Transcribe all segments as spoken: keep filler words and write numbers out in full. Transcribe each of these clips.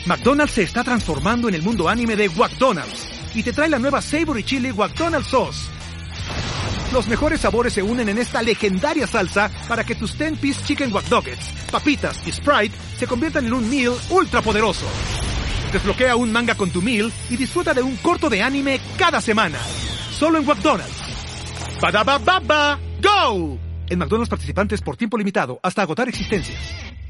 McDonald's se está transformando en el mundo anime de McDonald's y te trae la nueva Savory Chili McDonald's Sauce. Los mejores sabores se unen en esta legendaria salsa para que tus ten piece chicken wack nuggets, papitas y Sprite se conviertan en un meal ultra poderoso. Desbloquea un manga con tu meal y disfruta de un corto de anime cada semana. Solo en McDonald's. ¡Badabababa! ¡Go! En McDonald's participantes por tiempo limitado hasta agotar existencias.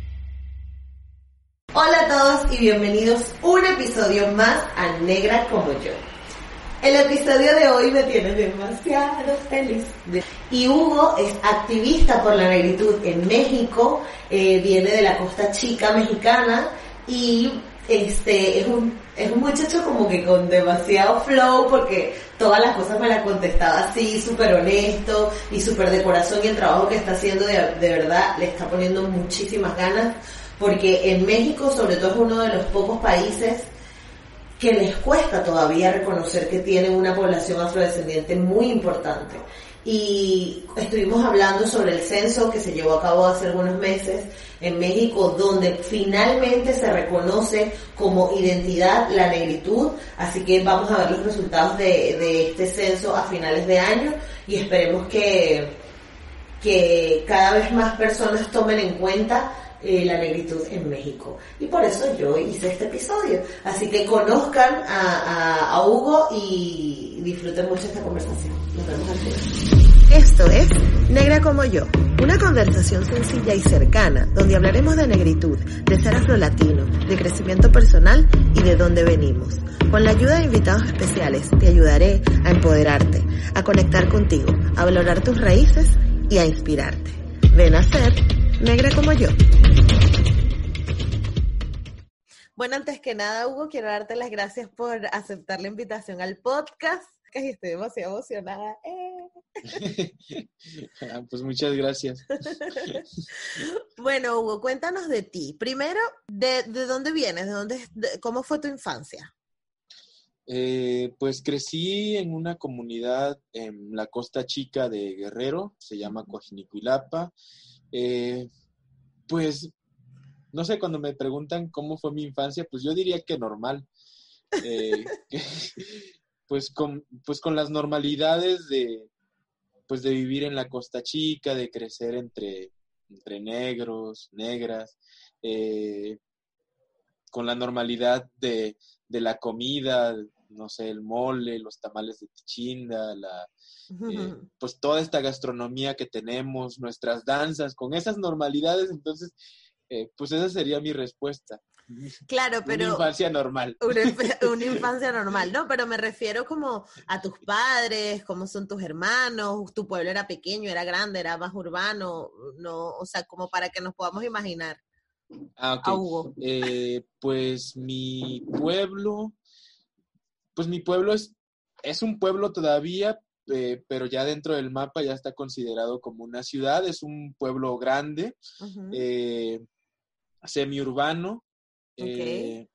Hola a todos y bienvenidos a un episodio más a Negra como yo. El episodio de hoy me tiene demasiado feliz. Y Hugo es activista por la negritud en México, eh, viene de la Costa Chica mexicana y este es un es un muchacho como que con demasiado flow porque todas las cosas me las contestaba así, súper honesto y súper de corazón, y el trabajo que está haciendo de, de verdad le está poniendo muchísimas ganas, porque en México sobre todo es uno de los pocos países que les cuesta todavía reconocer que tienen una población afrodescendiente muy importante. Y estuvimos hablando sobre el censo que se llevó a cabo hace algunos meses en México, donde finalmente se reconoce como identidad la negritud, así que vamos a ver los resultados de, de este censo a finales de año y esperemos que, que cada vez más personas tomen en cuenta Eh, la negritud en México, y por eso yo hice este episodio, así que conozcan a, a, a Hugo y disfruten mucho esta conversación. Nos vemos al final. Esto es Negra como yo, una conversación sencilla y cercana donde hablaremos de negritud, de ser afrolatino, de crecimiento personal y de dónde venimos. Con la ayuda de invitados especiales te ayudaré a empoderarte, a conectar contigo, a valorar tus raíces y a inspirarte. Ven a ser negra como yo. Bueno, antes que nada, Hugo, quiero darte las gracias por aceptar la invitación al podcast. Estoy demasiado emocionada. ¡Eh! Pues muchas gracias. Bueno, Hugo, cuéntanos de ti. Primero, ¿de, de dónde vienes? ¿De dónde, de, ¿Cómo fue tu infancia? Eh, pues crecí en una comunidad en la Costa Chica de Guerrero, se llama Coajinicuilapa. Eh, pues, no sé, cuando me preguntan cómo fue mi infancia, pues yo diría que normal. Eh, que, pues, con, pues con las normalidades de, pues de vivir en la Costa Chica, de crecer entre, entre negros, negras, eh, con la normalidad de, de la comida, no sé, el mole, los tamales de Tichinda, la, eh, pues toda esta gastronomía que tenemos, nuestras danzas, con esas normalidades. Entonces, eh, pues esa sería mi respuesta. Claro, pero... Una infancia normal. Una, una infancia normal, ¿no? Pero me refiero como a tus padres, cómo son tus hermanos, tu pueblo era pequeño, era grande, era más urbano, no, o sea, como para que nos podamos imaginar. Ah, ok. A Hugo. Eh, pues mi pueblo, pues mi pueblo es, es un pueblo todavía, eh, pero ya dentro del mapa ya está considerado como una ciudad. Es un pueblo grande, uh-huh. eh, semiurbano. Okay. Eh,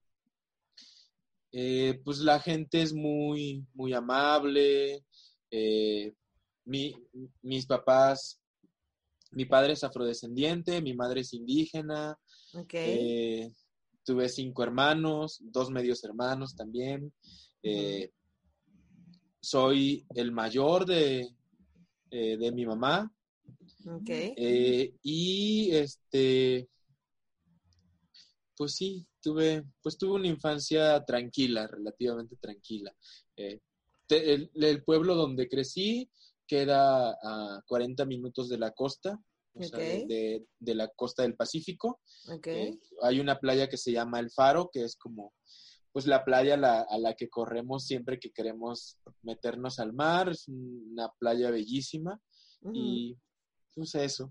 eh, pues la gente es muy, muy amable. Eh, mi, mis papás, mi padre es afrodescendiente, mi madre es indígena. Okay. Eh, tuve cinco hermanos, dos medios hermanos también. Eh, uh-huh. Soy el mayor de, eh, de mi mamá. Okay. Eh, y este, pues sí, tuve, pues tuve una infancia tranquila, relativamente tranquila. Eh, te, el, el pueblo donde crecí queda a cuarenta minutos de la costa. O okay. sea, de, de, de la costa del Pacífico. Okay. Eh, hay una playa que se llama El Faro, que es como, pues, la playa la, a la que corremos siempre que queremos meternos al mar. Es una playa bellísima. Uh-huh. Y, pues, eso.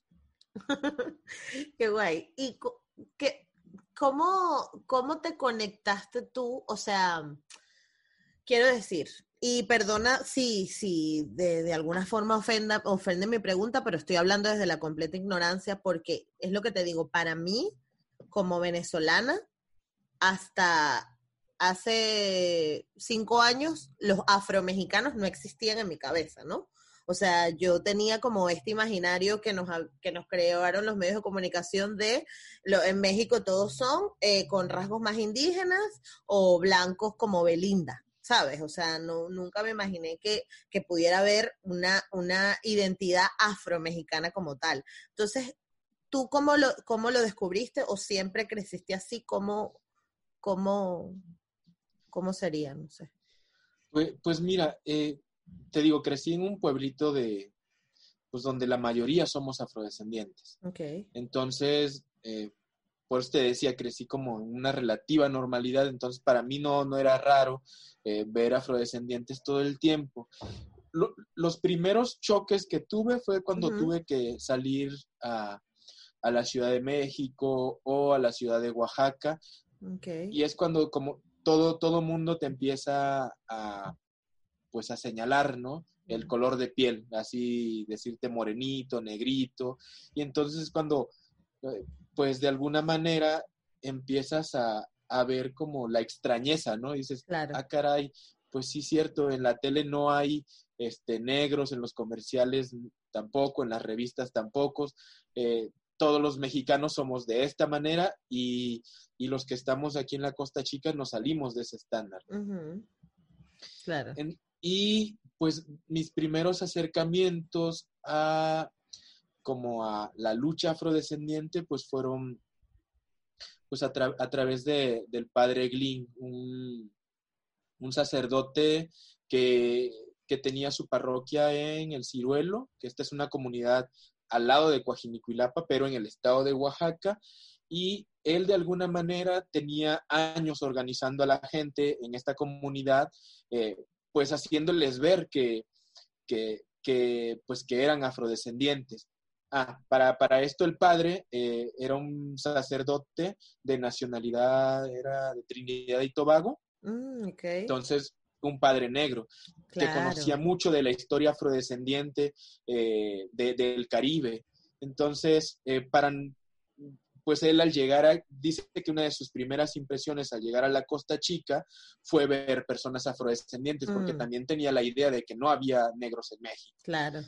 Qué guay. ¿Y qué, cómo, cómo te conectaste tú? O sea, quiero decir... Y perdona si, si de, de alguna forma ofenda, ofende mi pregunta, pero estoy hablando desde la completa ignorancia, porque es lo que te digo, para mí, como venezolana, hasta hace cinco años, los afromexicanos no existían en mi cabeza, ¿no? O sea, yo tenía como este imaginario que nos, que nos crearon los medios de comunicación de, lo, en México todos son eh, con rasgos más indígenas o blancos como Belinda, ¿sabes? O sea, no, nunca me imaginé que, que pudiera haber una, una identidad afromexicana como tal. Entonces, ¿tú cómo lo, cómo lo descubriste o siempre creciste así? ¿Cómo, cómo, cómo sería? No sé. Pues, pues mira, eh, te digo, crecí en un pueblito de, pues donde la mayoría somos afrodescendientes. Okay. Entonces, eh, por eso te decía, crecí como en una relativa normalidad, entonces para mí no, no era raro eh, ver afrodescendientes todo el tiempo. Lo, los primeros choques que tuve fue cuando Uh-huh. tuve que salir a, a la Ciudad de México o a la ciudad de Oaxaca, Okay. y es cuando como todo, todo mundo te empieza a, pues a señalar, ¿no? El color de piel, así decirte morenito, negrito, y entonces es cuando, eh, pues de alguna manera empiezas a, a ver como la extrañeza, ¿no? Y dices, Claro. ah, caray, pues sí, cierto, en la tele no hay este, negros, en los comerciales tampoco, en las revistas tampoco, eh, todos los mexicanos somos de esta manera y, y los que estamos aquí en la Costa Chica nos salimos de ese estándar. Uh-huh. Claro. En, y pues mis primeros acercamientos a como a la lucha afrodescendiente pues fueron pues a, tra- a través de, del padre Glynn, un, un sacerdote que, que tenía su parroquia en El Ciruelo, que esta es una comunidad al lado de Coajinicuilapa, pero en el estado de Oaxaca, y él de alguna manera tenía años organizando a la gente en esta comunidad, eh, pues haciéndoles ver que, que, que, pues que eran afrodescendientes. Ah, para, para esto el padre eh, era un sacerdote de nacionalidad, era de Trinidad y Tobago, Mm, okay. entonces un padre negro que Claro. conocía mucho de la historia afrodescendiente eh, de, del Caribe. Entonces, eh, para, pues él al llegar a, dice que una de sus primeras impresiones al llegar a la Costa Chica fue ver personas afrodescendientes, porque Mm, también tenía la idea de que no había negros en México. claro.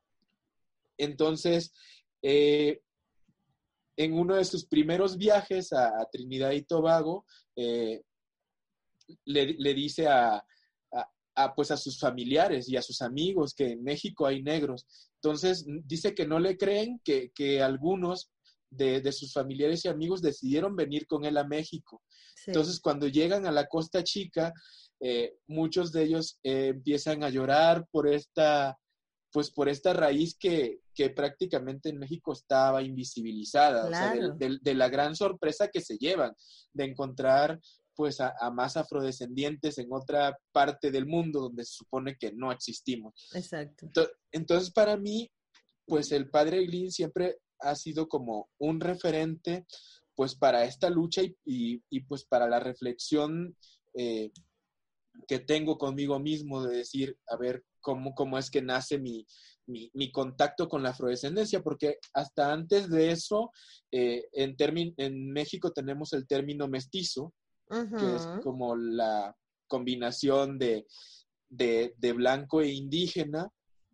Entonces, eh, en uno de sus primeros viajes a, a Trinidad y Tobago, eh, le, le dice a, a, a, pues a sus familiares y a sus amigos que en México hay negros. Entonces, dice que no le creen, que, que algunos de, de sus familiares y amigos decidieron venir con él a México. Sí. Entonces, cuando llegan a la Costa Chica, eh, muchos de ellos eh, empiezan a llorar por esta, pues por esta raíz que, que prácticamente en México estaba invisibilizada, Claro. o sea, de, de, de la gran sorpresa que se llevan de encontrar pues a, a más afrodescendientes en otra parte del mundo donde se supone que no existimos. Exacto. Entonces, entonces para mí, pues el padre Glynn siempre ha sido como un referente pues para esta lucha y, y, y pues para la reflexión eh, que tengo conmigo mismo de decir, a ver, cómo, cómo es que nace mi, mi, mi contacto con la afrodescendencia, porque hasta antes de eso, eh, en, termi- en México tenemos el término mestizo, uh-huh, que es como la combinación de, de, de blanco e indígena,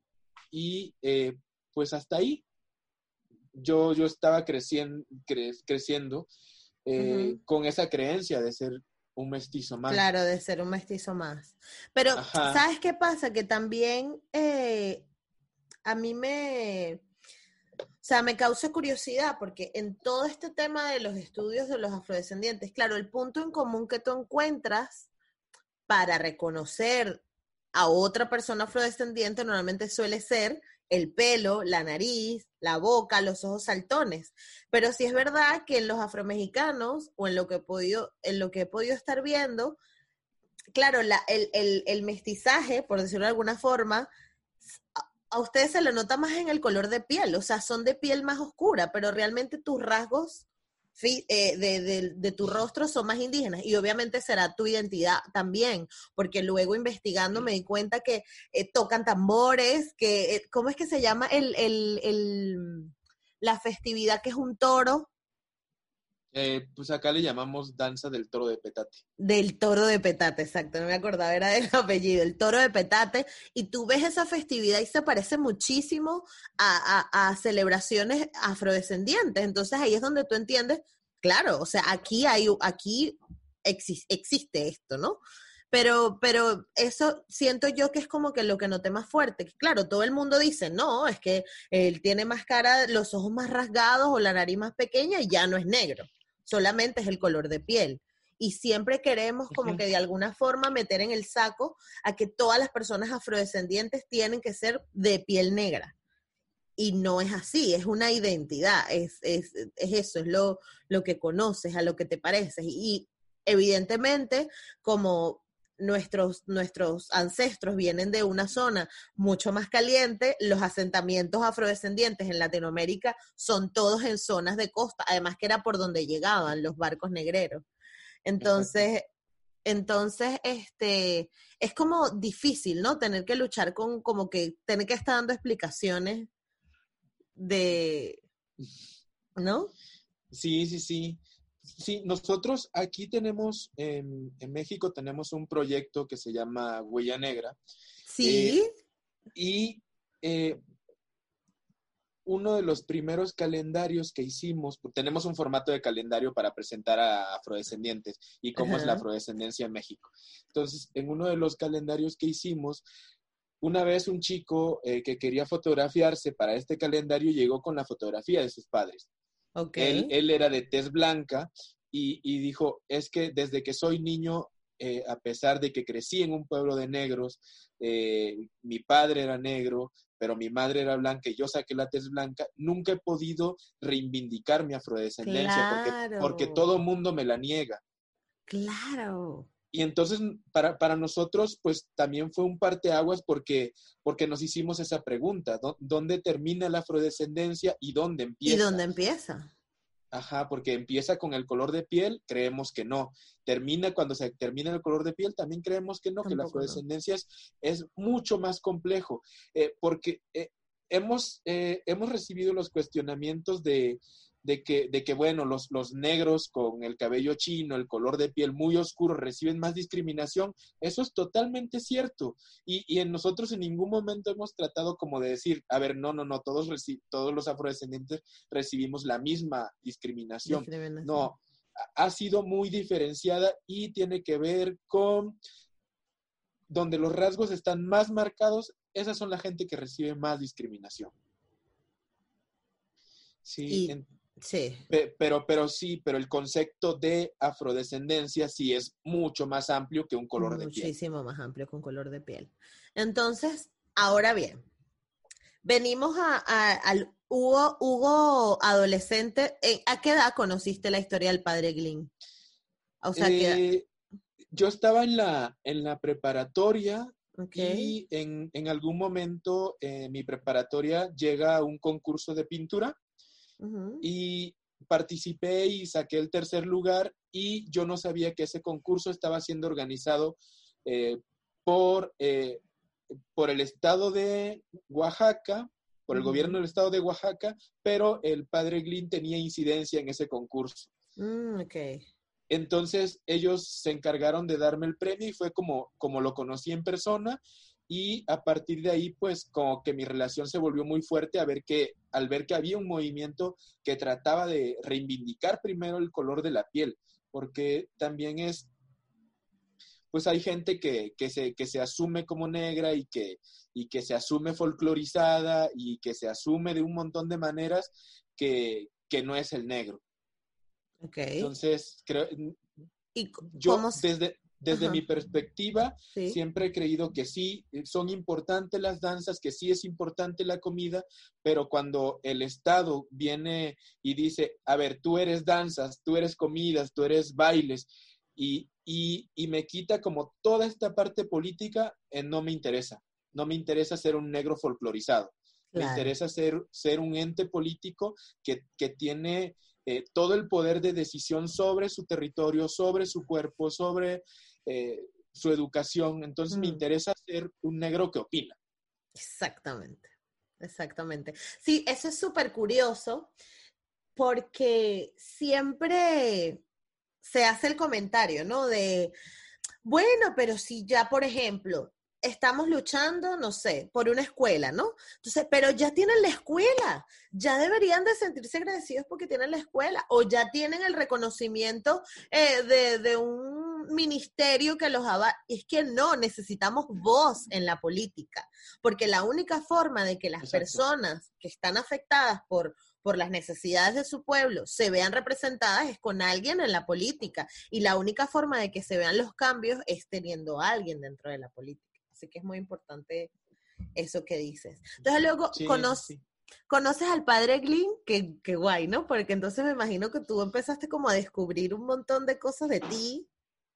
y eh, pues hasta ahí yo, yo estaba creciendo, cre, creciendo eh, uh-huh, con esa creencia de ser un mestizo más. Claro, de ser un mestizo más. Pero, ajá, ¿sabes qué pasa? Que también eh, a mí me... O sea, me causa curiosidad porque en todo este tema de los estudios de los afrodescendientes, claro, el punto en común que tú encuentras para reconocer a otra persona afrodescendiente normalmente suele ser el pelo, la nariz, la boca, los ojos saltones. Pero sí es verdad que en los afromexicanos, o en lo que he podido, en lo que he podido estar viendo, claro, la, el, el, el mestizaje, por decirlo de alguna forma, a, a ustedes se lo nota más en el color de piel, o sea, son de piel más oscura, pero realmente tus rasgos de, de, de tu rostro son más indígenas y obviamente será tu identidad también, porque luego investigando me di cuenta que eh, tocan tambores, que eh, ¿cómo es que se llama el, el, el, la festividad que es un toro? Eh, pues acá le llamamos danza del toro de petate. Del toro de petate, exacto, no me acordaba, era del apellido, el toro de petate, y tú ves esa festividad y se parece muchísimo a, a, a celebraciones afrodescendientes, entonces ahí es donde tú entiendes, claro, o sea, aquí hay, aquí exi- existe esto, ¿no? Pero, pero eso siento yo que es como que lo que noté más fuerte, que claro, todo el mundo dice, no, es que él tiene más cara, los ojos más rasgados o la nariz más pequeña y ya no es negro, solamente es el color de piel. Y siempre queremos como que de alguna forma meter en el saco a que todas las personas afrodescendientes tienen que ser de piel negra. Y no es así, es una identidad, es, es, es eso, es lo, lo que conoces, a lo que te pareces. Y, y evidentemente, como nuestros, nuestros ancestros vienen de una zona mucho más caliente, los asentamientos afrodescendientes en Latinoamérica son todos en zonas de costa, además que era por donde llegaban los barcos negreros. Entonces, entonces, este, es como difícil, ¿no? Tener que luchar con, como que, tener que estar dando explicaciones de, ¿no? Sí, sí, sí. Sí, nosotros aquí tenemos, en, en México tenemos un proyecto que se llama Huella Negra. Sí. Eh, y eh, uno de los primeros calendarios que hicimos, tenemos un formato de calendario para presentar a afrodescendientes y cómo Ajá. es la afrodescendencia en México. Entonces, en uno de los calendarios que hicimos, una vez un chico eh, que quería fotografiarse para este calendario llegó con la fotografía de sus padres. Ok. Él, él era de tez blanca y, y dijo, es que desde que soy niño, eh, a pesar de que crecí en un pueblo de negros, eh, mi padre era negro, pero mi madre era blanca y yo saqué la tez blanca, nunca he podido reivindicar mi afrodescendencia porque, porque Claro. todo mundo me la niega. Claro. Y entonces para, para nosotros pues también fue un parteaguas porque, porque nos hicimos esa pregunta, ¿dó- ¿dónde termina la afrodescendencia y dónde ¿Y empieza? dónde empieza? Ajá, porque empieza con el color de piel, creemos que no. Termina cuando se termina el color de piel, también creemos que no, que la Tampoco no. afrodescendencia es, es mucho más complejo, eh, porque eh, hemos, eh, hemos recibido los cuestionamientos de, de, que, de que, bueno, los, los negros con el cabello chino, el color de piel muy oscuro, reciben más discriminación. Eso es totalmente cierto. Y, y en nosotros en ningún momento hemos tratado como de decir, a ver, no, no, no, todos, reci- todos los afrodescendientes recibimos la misma discriminación. Discriminación. No, ha sido muy diferenciada y tiene que ver con donde los rasgos están más marcados, esas son la gente que recibe más discriminación. Sí, Y en, sí. pe, pero, pero sí, pero el concepto de afrodescendencia sí es mucho más amplio que un color de piel. Muchísimo más amplio con color de piel. Entonces, ahora bien, venimos a, a- al Hugo, Hugo adolescente. ¿En- ¿A qué edad conociste la historia del padre Glynn? O sea, que, Eh, yo estaba en la, en la preparatoria ok. y en, en algún momento eh, mi preparatoria llega a un concurso de pintura Ujú. y participé y saqué el tercer lugar y yo no sabía que ese concurso estaba siendo organizado eh, por, eh, por el estado de Oaxaca, por el Ujú. gobierno del estado de Oaxaca, pero el padre Glynn tenía incidencia en ese concurso. Mm, ok. Entonces ellos se encargaron de darme el premio y fue como, como lo conocí en persona y a partir de ahí pues como que mi relación se volvió muy fuerte a ver que, al ver que había un movimiento que trataba de reivindicar primero el color de la piel, porque también es, pues hay gente que, que, se, que se asume como negra y que, y que se asume folclorizada y que se asume de un montón de maneras que, que no es el negro. Ok. Entonces, creo, ¿Y c- cómo? yo s- desde, desde Ajá. mi perspectiva Sí. siempre he creído que sí, son importantes las danzas, que sí es importante la comida, pero cuando el Estado viene y dice, a ver, tú eres danzas, tú eres comidas, tú eres bailes, y, y, y me quita como toda esta parte política, eh, no me interesa. No me interesa ser un negro folclorizado. Me Claro. interesa ser, ser un ente político que, que tiene eh, todo el poder de decisión sobre su territorio, sobre su cuerpo, sobre eh, su educación. Entonces me Mm. interesa ser un negro que opina. Exactamente. Exactamente. Sí, eso es súper curioso. porque siempre se hace el comentario, ¿no? De, bueno, pero si ya, por ejemplo, estamos luchando, no sé, por una escuela, ¿no? Entonces, pero ya tienen la escuela, ya deberían de sentirse agradecidos porque tienen la escuela, o ya tienen el reconocimiento eh, de, de un ministerio que los avala. Es que no, necesitamos voz en la política, porque la única forma de que las Exacto. personas que están afectadas por por las necesidades de su pueblo, se vean representadas es con alguien en la política. Y la única forma de que se vean los cambios es teniendo a alguien dentro de la política. Así que es muy importante eso que dices. Entonces luego Sí, conoces, sí. conoces al padre Glynn, que, que guay, ¿no? Porque entonces me imagino que tú empezaste como a descubrir un montón de cosas de ti,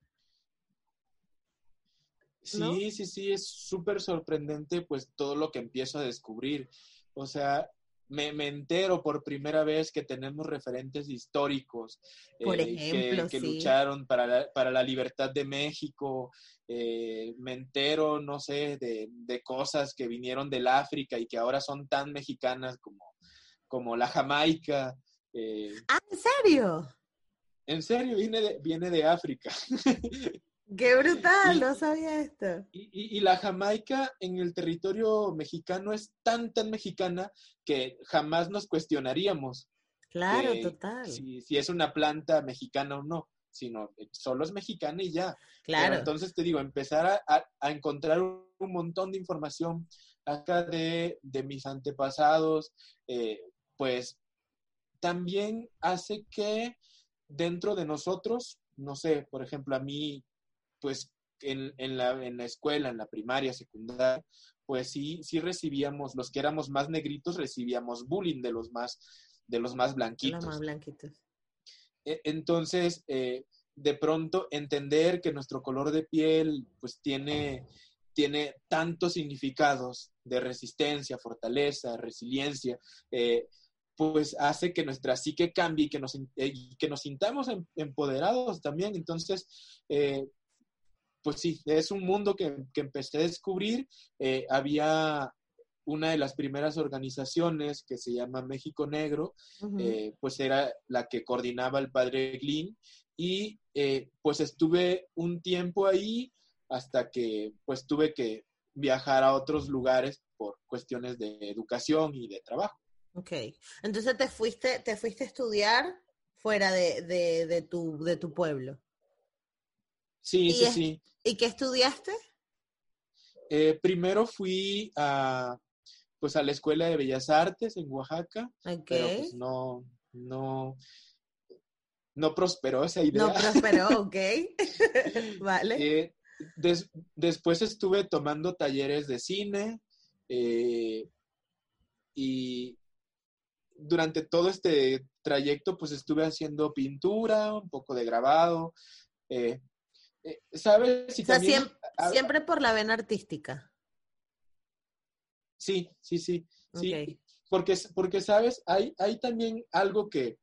¿no? Sí, sí, sí, es súper sorprendente pues todo lo que empiezo a descubrir. O sea, me, me entero por primera vez que tenemos referentes históricos Por eh, que, ejemplo, que sí. lucharon para la, para la libertad de México. Eh, me entero, no sé, de, de cosas que vinieron del África y que ahora son tan mexicanas como, como la Jamaica. Eh, Ah, ¿en serio? en serio, viene de, viene de África. ¡Qué brutal! Y, No sabía esto. Y, y, y, la Jamaica en el territorio mexicano es tan, tan mexicana que jamás nos cuestionaríamos Claro, que total. si, si es una planta mexicana o no, sino solo es mexicana y ya. Pero Claro. entonces te digo, empezar a, a, a encontrar un, un montón de información acá de, de mis antepasados, eh, pues también hace que dentro de nosotros, no sé, por ejemplo, a mí, pues en, en, la, en la escuela, en la primaria, secundaria, pues sí, sí recibíamos, los que éramos más negritos recibíamos bullying de los más, de los más Los más blanquitos. blanquitos. Entonces, eh, de pronto entender que nuestro color de piel pues tiene, tiene tantos significados de resistencia, fortaleza, resiliencia, eh, pues hace que nuestra psique cambie y que nos, eh, que nos sintamos empoderados también. Entonces, eh, pues sí, es un mundo que, que empecé a descubrir. Eh, había una de las primeras organizaciones que se llama México Negro, uh-huh. eh, pues era la que coordinaba el padre Glynn, y eh, pues estuve un tiempo ahí hasta que pues tuve que viajar a otros lugares por cuestiones de educación y de trabajo. Ok, entonces te fuiste, te fuiste a estudiar fuera de, de, de, tu, de tu pueblo. Sí, sí, es, sí. ¿Y qué estudiaste? Eh, primero fui a, pues a la Escuela de Bellas Artes en Oaxaca, okay. pero pues no, no, no prosperó esa idea. No prosperó, ok. Vale. Eh, des, después estuve tomando talleres de cine eh, y durante todo este trayecto pues estuve haciendo pintura, un poco de grabado. Eh, eh, ¿Sabes? Y o sea, también, siempre, a, siempre por la vena artística. Sí, sí, sí, sí. Okay. Porque, porque, ¿sabes? Hay, hay también algo que,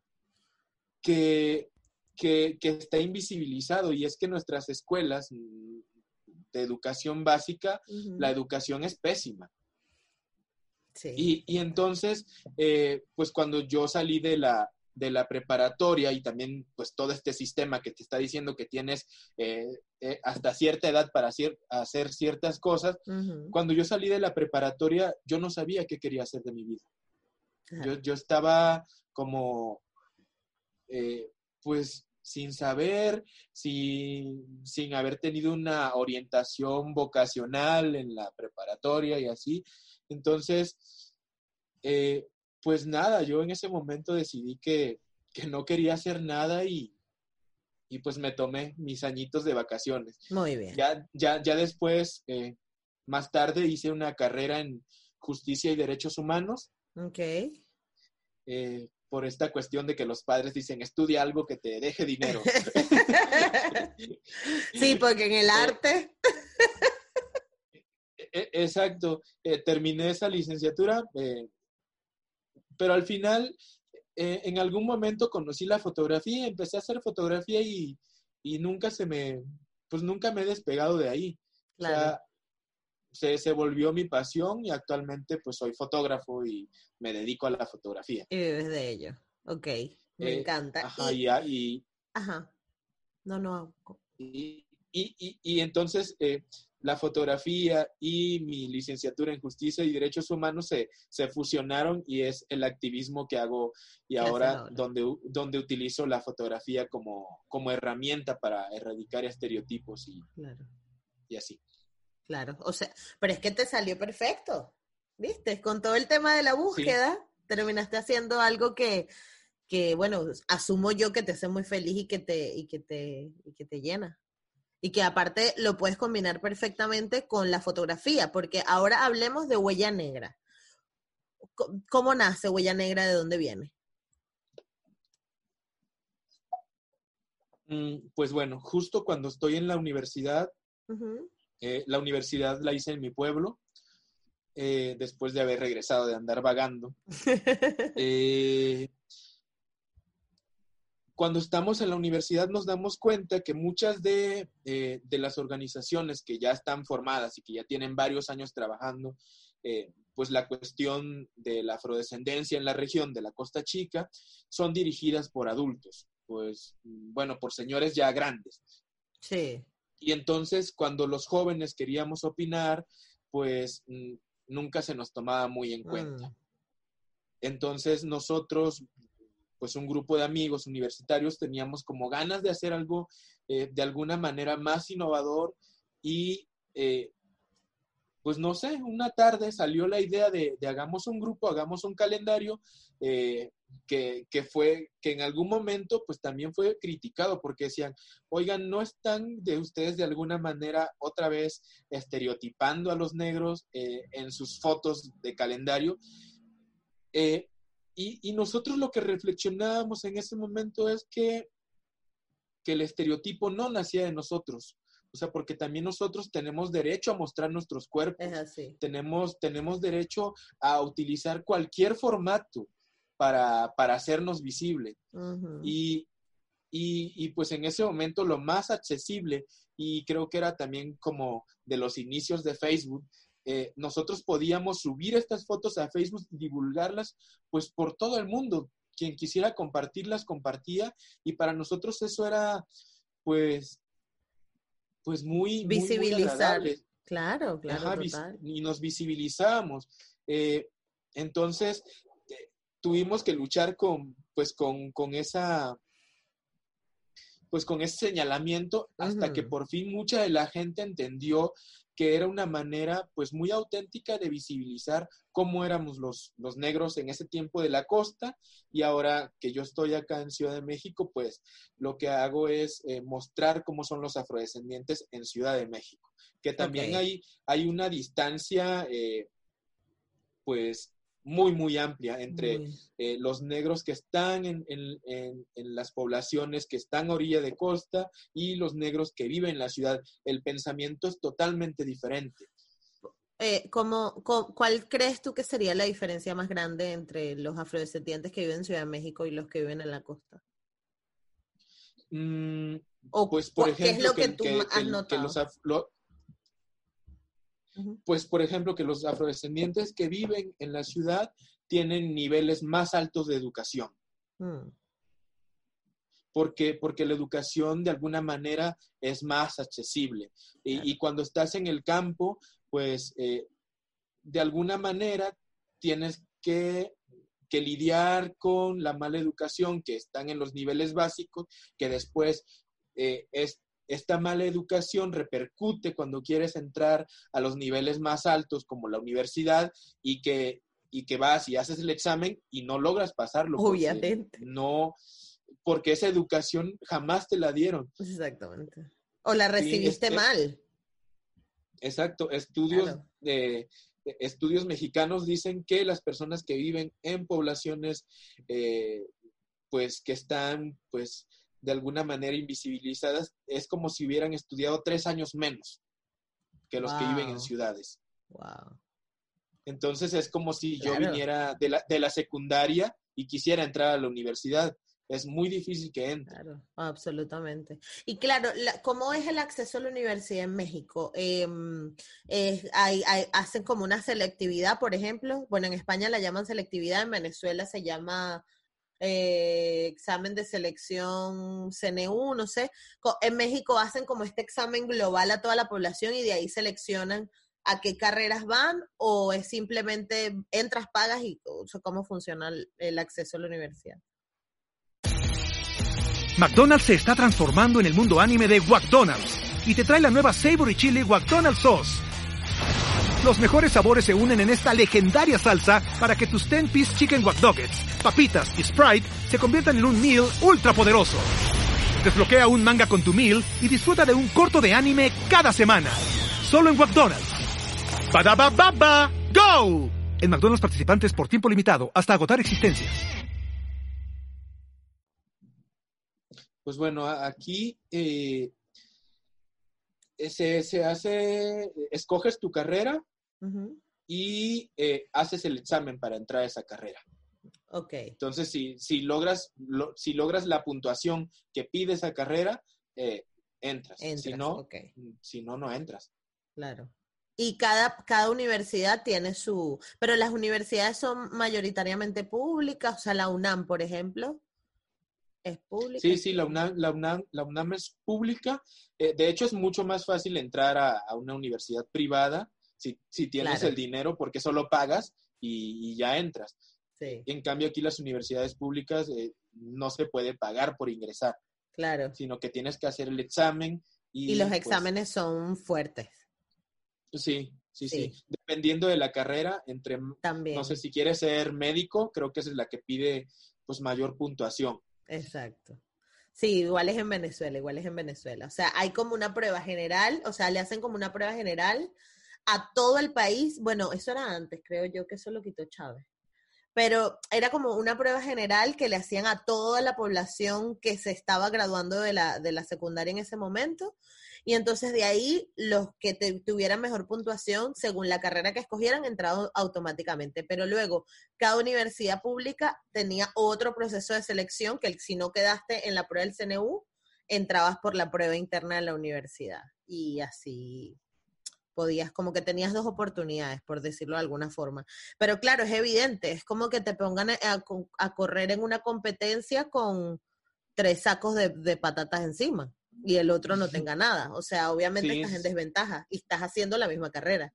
que, que, que está invisibilizado y es que nuestras escuelas de educación básica, uh-huh. la educación es pésima. Sí. Y, y entonces, eh, pues cuando yo salí de la, de la preparatoria y también pues todo este sistema que te está diciendo que tienes eh, eh, hasta cierta edad para hacer, hacer ciertas cosas, uh-huh. cuando yo salí de la preparatoria yo no sabía qué quería hacer de mi vida. Uh-huh. Yo, yo estaba como eh, pues sin saber, sin, sin haber tenido una orientación vocacional en la preparatoria y así. Entonces, eh, pues nada, yo en ese momento decidí que, que no quería hacer nada y, y pues me tomé mis añitos de vacaciones. Muy bien. Ya, ya, ya después, eh, más tarde, hice una carrera en justicia y derechos humanos. Ok. Eh, por esta cuestión de que los padres dicen, estudia algo que te deje dinero. Sí, porque en el arte... Eh, exacto. Eh, terminé esa licenciatura, eh, pero al final, eh, en algún momento conocí la fotografía, empecé a hacer fotografía y, y nunca se me, pues nunca me he despegado de ahí. Claro. O sea, se, se volvió mi pasión y actualmente pues soy fotógrafo y me dedico a la fotografía. Y vives de ello. Ok, me Eh, encanta. ajá, Y, y, a- y, ajá, no, no. y, y, y- y entonces eh, la fotografía y mi licenciatura en Justicia y Derechos Humanos se, se fusionaron y es el activismo que hago y ¿Qué haces ahora ahora? donde, donde utilizo la fotografía como, como herramienta para erradicar estereotipos y, Claro, y así. claro. O sea, pero es que te salió perfecto, ¿viste? Con todo el tema de la Sí, búsqueda, terminaste haciendo algo que, que, bueno, asumo yo que te hace muy feliz y que te, y que te, y que te llena. Y que aparte lo puedes combinar perfectamente con la fotografía, porque ahora hablemos de Huella Negra. C- ¿Cómo nace Huella Negra? ¿De dónde viene? mm, pues bueno, justo cuando estoy en la universidad, Ujú. eh, la universidad la hice en mi pueblo, eh, después de haber regresado de andar vagando. Eh, Cuando estamos en la universidad nos damos cuenta que muchas de, eh, de las organizaciones que ya están formadas y que ya tienen varios años trabajando, eh, pues la cuestión de la afrodescendencia en la región de la Costa Chica son dirigidas por adultos, pues bueno, por señores ya grandes. Sí. Y entonces cuando los jóvenes queríamos opinar, pues mm, nunca se nos tomaba muy en cuenta. Mm. Entonces nosotros, pues un grupo de amigos universitarios, teníamos como ganas de hacer algo eh, de alguna manera más innovador y eh, pues no sé, una tarde salió la idea de, de hagamos un grupo, hagamos un calendario eh, que, que fue, que en algún momento pues también fue criticado porque decían, oigan, ¿no están de ustedes de alguna manera otra vez estereotipando a los negros eh, en sus fotos de calendario? Eh, y, y, nosotros lo que reflexionábamos en ese momento es que, que el estereotipo no nacía de nosotros. O sea, porque también nosotros tenemos derecho a mostrar nuestros Es cuerpos. así. Tenemos, tenemos derecho a utilizar cualquier formato para, para hacernos visible. Ujú. Y, y, y pues en ese momento lo más accesible, y creo que era también como de los inicios de Facebook, eh, nosotros podíamos subir estas fotos a Facebook y divulgarlas pues por todo el mundo. Quien quisiera compartirlas, compartía, y para nosotros eso era pues, pues muy, muy, muy Visibilizar. agradable. Claro, claro, Ajá, vis- total. y nos visibilizábamos. Eh, entonces, eh, tuvimos que luchar con, pues, con, con esa pues con ese señalamiento hasta que Ujú. por fin mucha de la gente entendió que era una manera pues muy auténtica de visibilizar cómo éramos los, los negros en ese tiempo de la costa, y ahora que yo estoy acá en Ciudad de México, pues lo que hago es eh, mostrar cómo son los afrodescendientes en Ciudad de México, que Ok. también hay, hay una distancia eh, pues muy, muy amplia entre Muy. eh, los negros que están en, en, en, en, las poblaciones que están a orilla de costa y los negros que viven en la ciudad. El pensamiento es totalmente diferente. Eh, ¿cómo, cómo- cuál crees tú que sería la diferencia más grande entre los afrodescendientes que viven en Ciudad de México y los que viven en la costa? Mm, ¿O pues, por cua- qué es ejemplo, lo que que, tú que, has que, que los, notado? af, lo, Ujú. pues, por ejemplo, que los afrodescendientes que viven en la ciudad tienen niveles más altos de educación. Mm. Porque, porque la educación de alguna manera es más accesible. Y, Claro. y cuando estás en el campo, pues eh, de alguna manera tienes que, que lidiar con la mala educación que están en los niveles básicos, que después eh, es, esta mala educación repercute cuando quieres entrar a los niveles más altos como la universidad, y que, y que vas y haces el examen y no logras pasarlo porque Obviamente. no, porque esa educación jamás te la dieron. Exactamente. O la Sí, es, recibiste es, mal. exacto. Estudios Claro. de estudios mexicanos dicen que las personas que viven en poblaciones, eh, pues que están, pues de alguna manera invisibilizadas, es como si hubieran estudiado tres años menos que los que viven en Wow. ciudades. Wow. Entonces es como si yo Claro. viniera de la, de la secundaria y quisiera entrar a la universidad. Es muy difícil que entre. Claro, absolutamente. Y claro, la- ¿cómo es el acceso a la universidad en México? Eh, es- hay, hay- ¿hacen como una selectividad, por ejemplo? Bueno, en España la llaman selectividad, en Venezuela se llama eh, examen de selección C N U, no sé. En México hacen como este examen global a toda la población y de ahí seleccionan a qué carreras van, o es simplemente entras, pagas y o sea, cómo funciona el, el acceso a la universidad. McDonald's se está transformando en el mundo anime de McDonald's y te trae la nueva Savory Chili McDonald's Sauce. Los mejores sabores se unen en esta legendaria salsa para que tus ten piece chicken wack nuggets, papitas y Sprite se conviertan en un meal ultra poderoso. Desbloquea un manga con tu meal y disfruta de un corto de anime cada semana. Solo en McDonald's. ¡Badabababa! ¡Go! En McDonald's participantes por tiempo limitado hasta agotar existencias. Pues bueno, aquí eh, se, se hace, escoges tu carrera uh-huh. y eh, haces el examen para entrar a esa carrera. Ok. Entonces, si, si, logras, lo, si logras la puntuación que pide esa carrera, eh, entras. entras. Si no, okay. si no, no entras. Claro. Y cada, cada universidad tiene su... Pero las universidades son mayoritariamente públicas, o sea, la UNAM, por ejemplo, ¿es pública? Sí, sí, la UNAM, la UNAM, la UNAM es pública. Eh, de hecho, es mucho más fácil entrar a, a una universidad privada si, si tienes claro. el dinero, porque solo pagas y, y ya entras. Sí. En cambio, aquí las universidades públicas eh, no se puede pagar por ingresar. Claro. Sino que tienes que hacer el examen. Y, y los pues, exámenes son fuertes. Sí, sí, sí, sí. Dependiendo de la carrera, entre, También. no sé, si quieres ser médico, creo que esa es la que pide pues mayor puntuación. Exacto. Sí, igual es en Venezuela, igual es en Venezuela. O sea, hay como una prueba general, o sea, le hacen como una prueba general a todo el país. Bueno, eso era antes, creo yo que eso lo quitó Chávez. Pero era como una prueba general que le hacían a toda la población que se estaba graduando de la, de la secundaria en ese momento. Y entonces de ahí los que te, tuvieran mejor puntuación según la carrera que escogieran entraban automáticamente. Pero luego cada universidad pública tenía otro proceso de selección que si no quedaste en la prueba del C N U, entrabas por la prueba interna de la universidad. Y así podías, como que tenías dos oportunidades, por decirlo de alguna forma. Pero claro, es evidente, es como que te pongan a, a correr en una competencia con tres sacos de, de patatas encima y el otro no tenga nada. O sea, obviamente sí. Estás en desventaja y estás haciendo la misma carrera.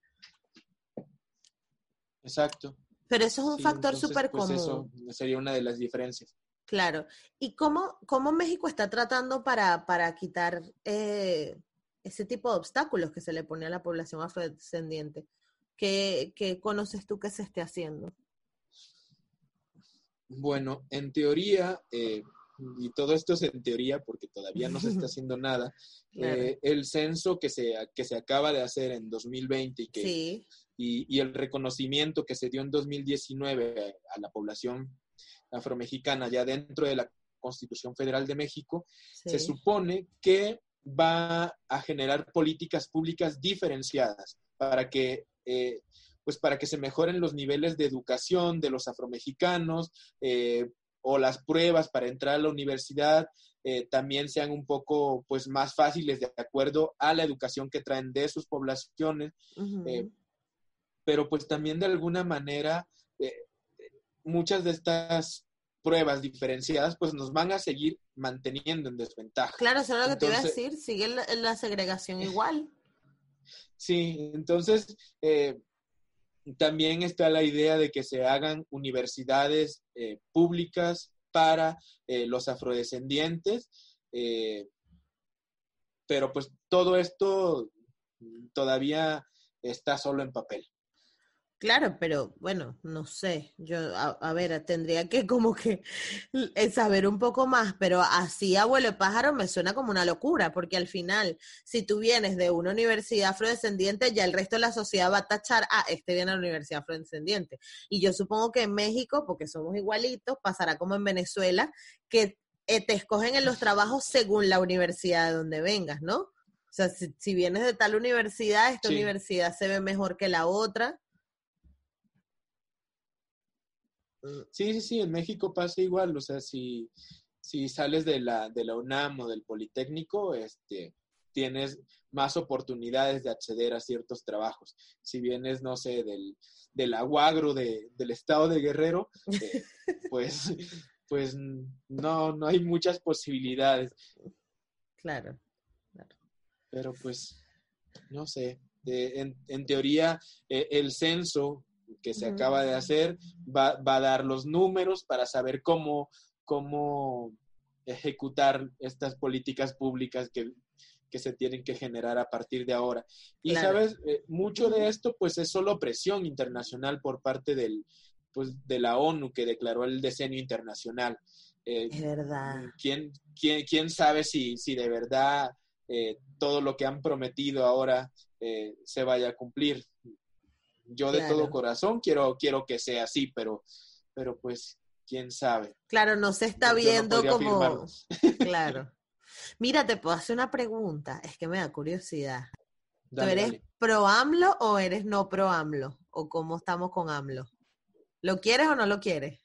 Exacto. Pero eso es un sí, factor súper pues común. Eso sería una de las diferencias. Claro. ¿Y cómo, cómo México está tratando para, para quitar eh, ese tipo de obstáculos que se le pone a la población afrodescendiente? ¿Qué, qué conoces tú que se esté haciendo? Bueno, en teoría... Eh, y todo esto es en teoría porque todavía no se está haciendo nada, claro. eh, el censo que se, que se acaba de hacer en dos mil veinte y, que, sí. y, y el reconocimiento que se dio en dos mil diecinueve a la población afromexicana ya dentro de la Constitución Federal de México, sí. se supone que va a generar políticas públicas diferenciadas para que... Eh, pues para que se mejoren los niveles de educación de los afromexicanos, eh, o las pruebas para entrar a la universidad eh, también sean un poco pues más fáciles de acuerdo a la educación que traen de sus poblaciones, uh-huh. eh, pero pues también de alguna manera eh, muchas de estas pruebas diferenciadas pues nos van a seguir manteniendo en desventaja. Claro, eso es lo que te iba a decir, sigue la, la segregación igual. Sí, entonces... Eh, También está la idea de que se hagan universidades eh, públicas para eh, los afrodescendientes, eh, pero pues todo esto todavía está solo en papel. Claro, pero bueno, no sé, yo, a, a ver, tendría que como que saber un poco más, pero así abuelo de pájaro me suena como una locura, porque al final, si tú vienes de una universidad afrodescendiente, ya el resto de la sociedad va a tachar, ah, este viene a la universidad afrodescendiente. Y yo supongo que en México, porque somos igualitos, pasará como en Venezuela, que eh, te escogen en los trabajos según la universidad de donde vengas, ¿no? O sea, si, si vienes de tal universidad, esta sí. universidad se ve mejor que la otra. Sí, sí, sí, en México pasa igual, o sea, si, si sales de la, de la UNAM o del Politécnico, este, tienes más oportunidades de acceder a ciertos trabajos. Si vienes, no sé, del, del Aguagro de, del estado de Guerrero, eh, pues, pues no, no hay muchas posibilidades. Claro, claro. Pero pues, no sé, eh, en, en teoría eh, el censo que se Uh-huh. acaba de hacer va, va a dar los números para saber cómo, cómo ejecutar estas políticas públicas que, que se tienen que generar a partir de ahora. Y Claro. sabes, eh, mucho de esto pues es solo presión internacional por parte del, pues, de la ONU que declaró el decenio internacional. Eh, es verdad. ¿quién, quién, quién sabe si, si de verdad eh, todo lo que han prometido ahora eh, se vaya a cumplir? Yo de Claro. todo corazón quiero, quiero que sea así, pero, pero pues, quién sabe. Claro, no se está Yo, yo viendo no como... afirmarlo. Claro. Mira, te puedo hacer una pregunta, es que me da curiosidad. ¿Tú Dale, eres dale. pro AMLO o eres no pro AMLO? ¿O cómo estamos con AMLO? ¿Lo quieres o no lo quieres?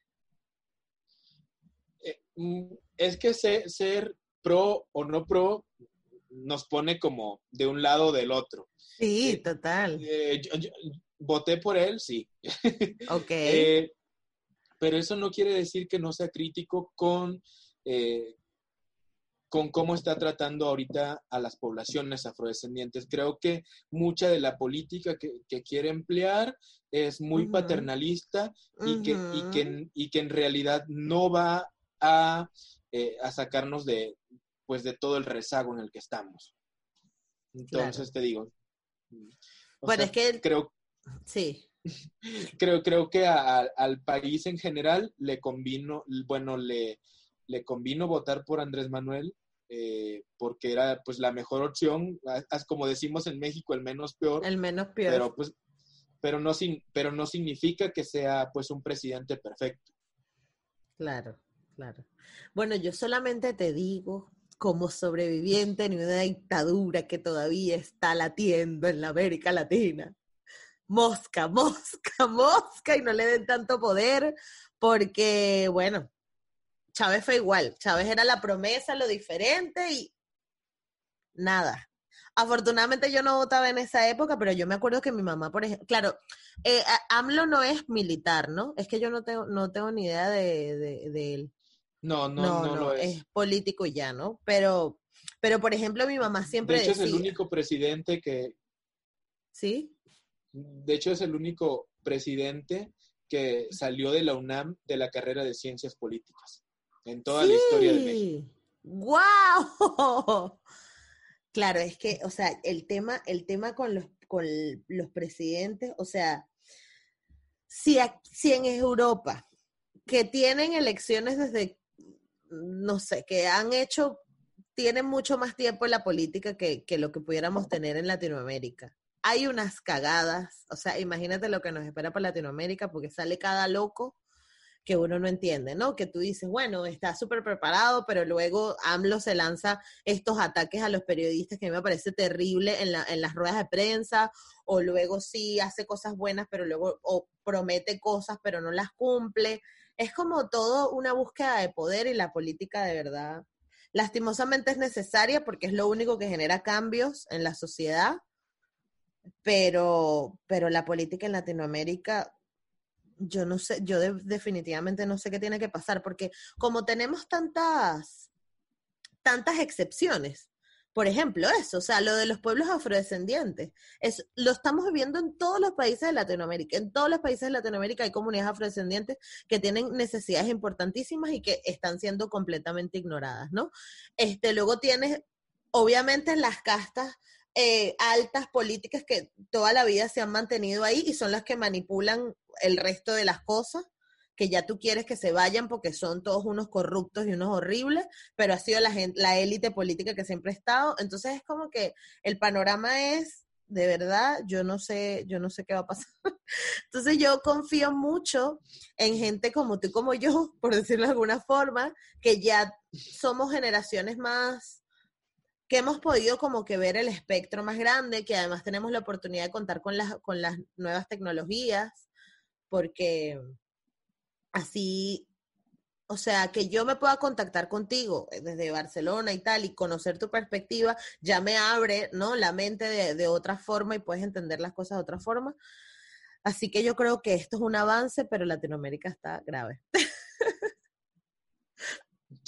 Eh, mm, es que ser, ser pro o no pro nos pone como de un lado o del otro. Sí, Eh, total. eh, yo, yo voté por él, sí. Ok. eh, pero eso no quiere decir que no sea crítico con, eh, con cómo está tratando ahorita a las poblaciones afrodescendientes. Creo que mucha de la política que, que quiere emplear es muy Uh-huh. paternalista y, que, Uh-huh. y, que, y que en realidad no va a, eh, a sacarnos de, pues, de todo el rezago en el que estamos. Entonces, claro. Te digo, o bueno, sea, es que... creo... Sí. Creo, creo que a, a, al país en general le convino, bueno, le, le convino votar por Andrés Manuel eh, porque era pues la mejor opción, as, como decimos en México, el menos peor. El menos peor. Pero pues, pero no, pero no significa que sea pues un presidente perfecto. Claro, claro. Bueno, yo solamente te digo, como sobreviviente en una dictadura que todavía está latiendo en la América Latina, mosca, mosca, mosca, y no le den tanto poder, porque, bueno, Chávez fue igual. Chávez era la promesa, lo diferente y nada. Afortunadamente yo no votaba en esa época, pero yo me acuerdo que mi mamá, por ejemplo, claro, eh, AMLO no es militar, ¿no? Es que yo no tengo, no tengo ni idea de, de, de él. No, no, No, no, no, lo es. es político y ya, ¿no? Pero, pero por ejemplo, mi mamá siempre decía. De hecho, decía, es el único presidente que... ¿Sí? De hecho, es el único presidente que salió de la UNAM de la carrera de Ciencias Políticas en toda sí. la historia de México. ¡Guau! Claro, es que, o sea, el tema, el tema con los, con los presidentes, o sea, si, si en Europa, que tienen elecciones desde, no sé, que han hecho, tienen mucho más tiempo en la política que, que lo que pudiéramos tener en Latinoamérica. Hay unas cagadas, o sea, imagínate lo que nos espera para Latinoamérica, porque sale cada loco que uno no entiende, ¿no? Que tú dices, bueno, está súper preparado, pero luego AMLO se lanza estos ataques a los periodistas que a mí me parece terrible en, la, en las ruedas de prensa, o luego sí hace cosas buenas, pero luego o promete cosas, pero no las cumple. Es como todo una búsqueda de poder y la política de verdad, lastimosamente es necesaria porque es lo único que genera cambios en la sociedad, pero, pero la política en Latinoamérica... Yo no sé, yo de, definitivamente no sé qué tiene que pasar, porque como tenemos tantas, tantas excepciones, por ejemplo, eso, o sea, lo de los pueblos afrodescendientes, es, lo estamos viviendo en todos los países de Latinoamérica. En todos los países de Latinoamérica hay comunidades afrodescendientes que tienen necesidades importantísimas y que están siendo completamente ignoradas, ¿no? Este, luego tienes, obviamente, las castas Eh, altas políticas que toda la vida se han mantenido ahí y son las que manipulan el resto de las cosas, que ya tú quieres que se vayan porque son todos unos corruptos y unos horribles, pero ha sido la gente, la élite política que siempre ha estado. Entonces es como que el panorama es, de verdad, yo no sé, yo no sé qué va a pasar. Entonces yo confío mucho en gente como tú y como yo, por decirlo de alguna forma, que ya somos generaciones más que hemos podido como que ver el espectro más grande, que además tenemos la oportunidad de contar con las, con las nuevas tecnologías, porque así, o sea, que yo me pueda contactar contigo desde Barcelona y tal, y conocer tu perspectiva, ya me abre, ¿no?, la mente de, de otra forma y puedes entender las cosas de otra forma. Así que yo creo que esto es un avance, pero Latinoamérica está grave.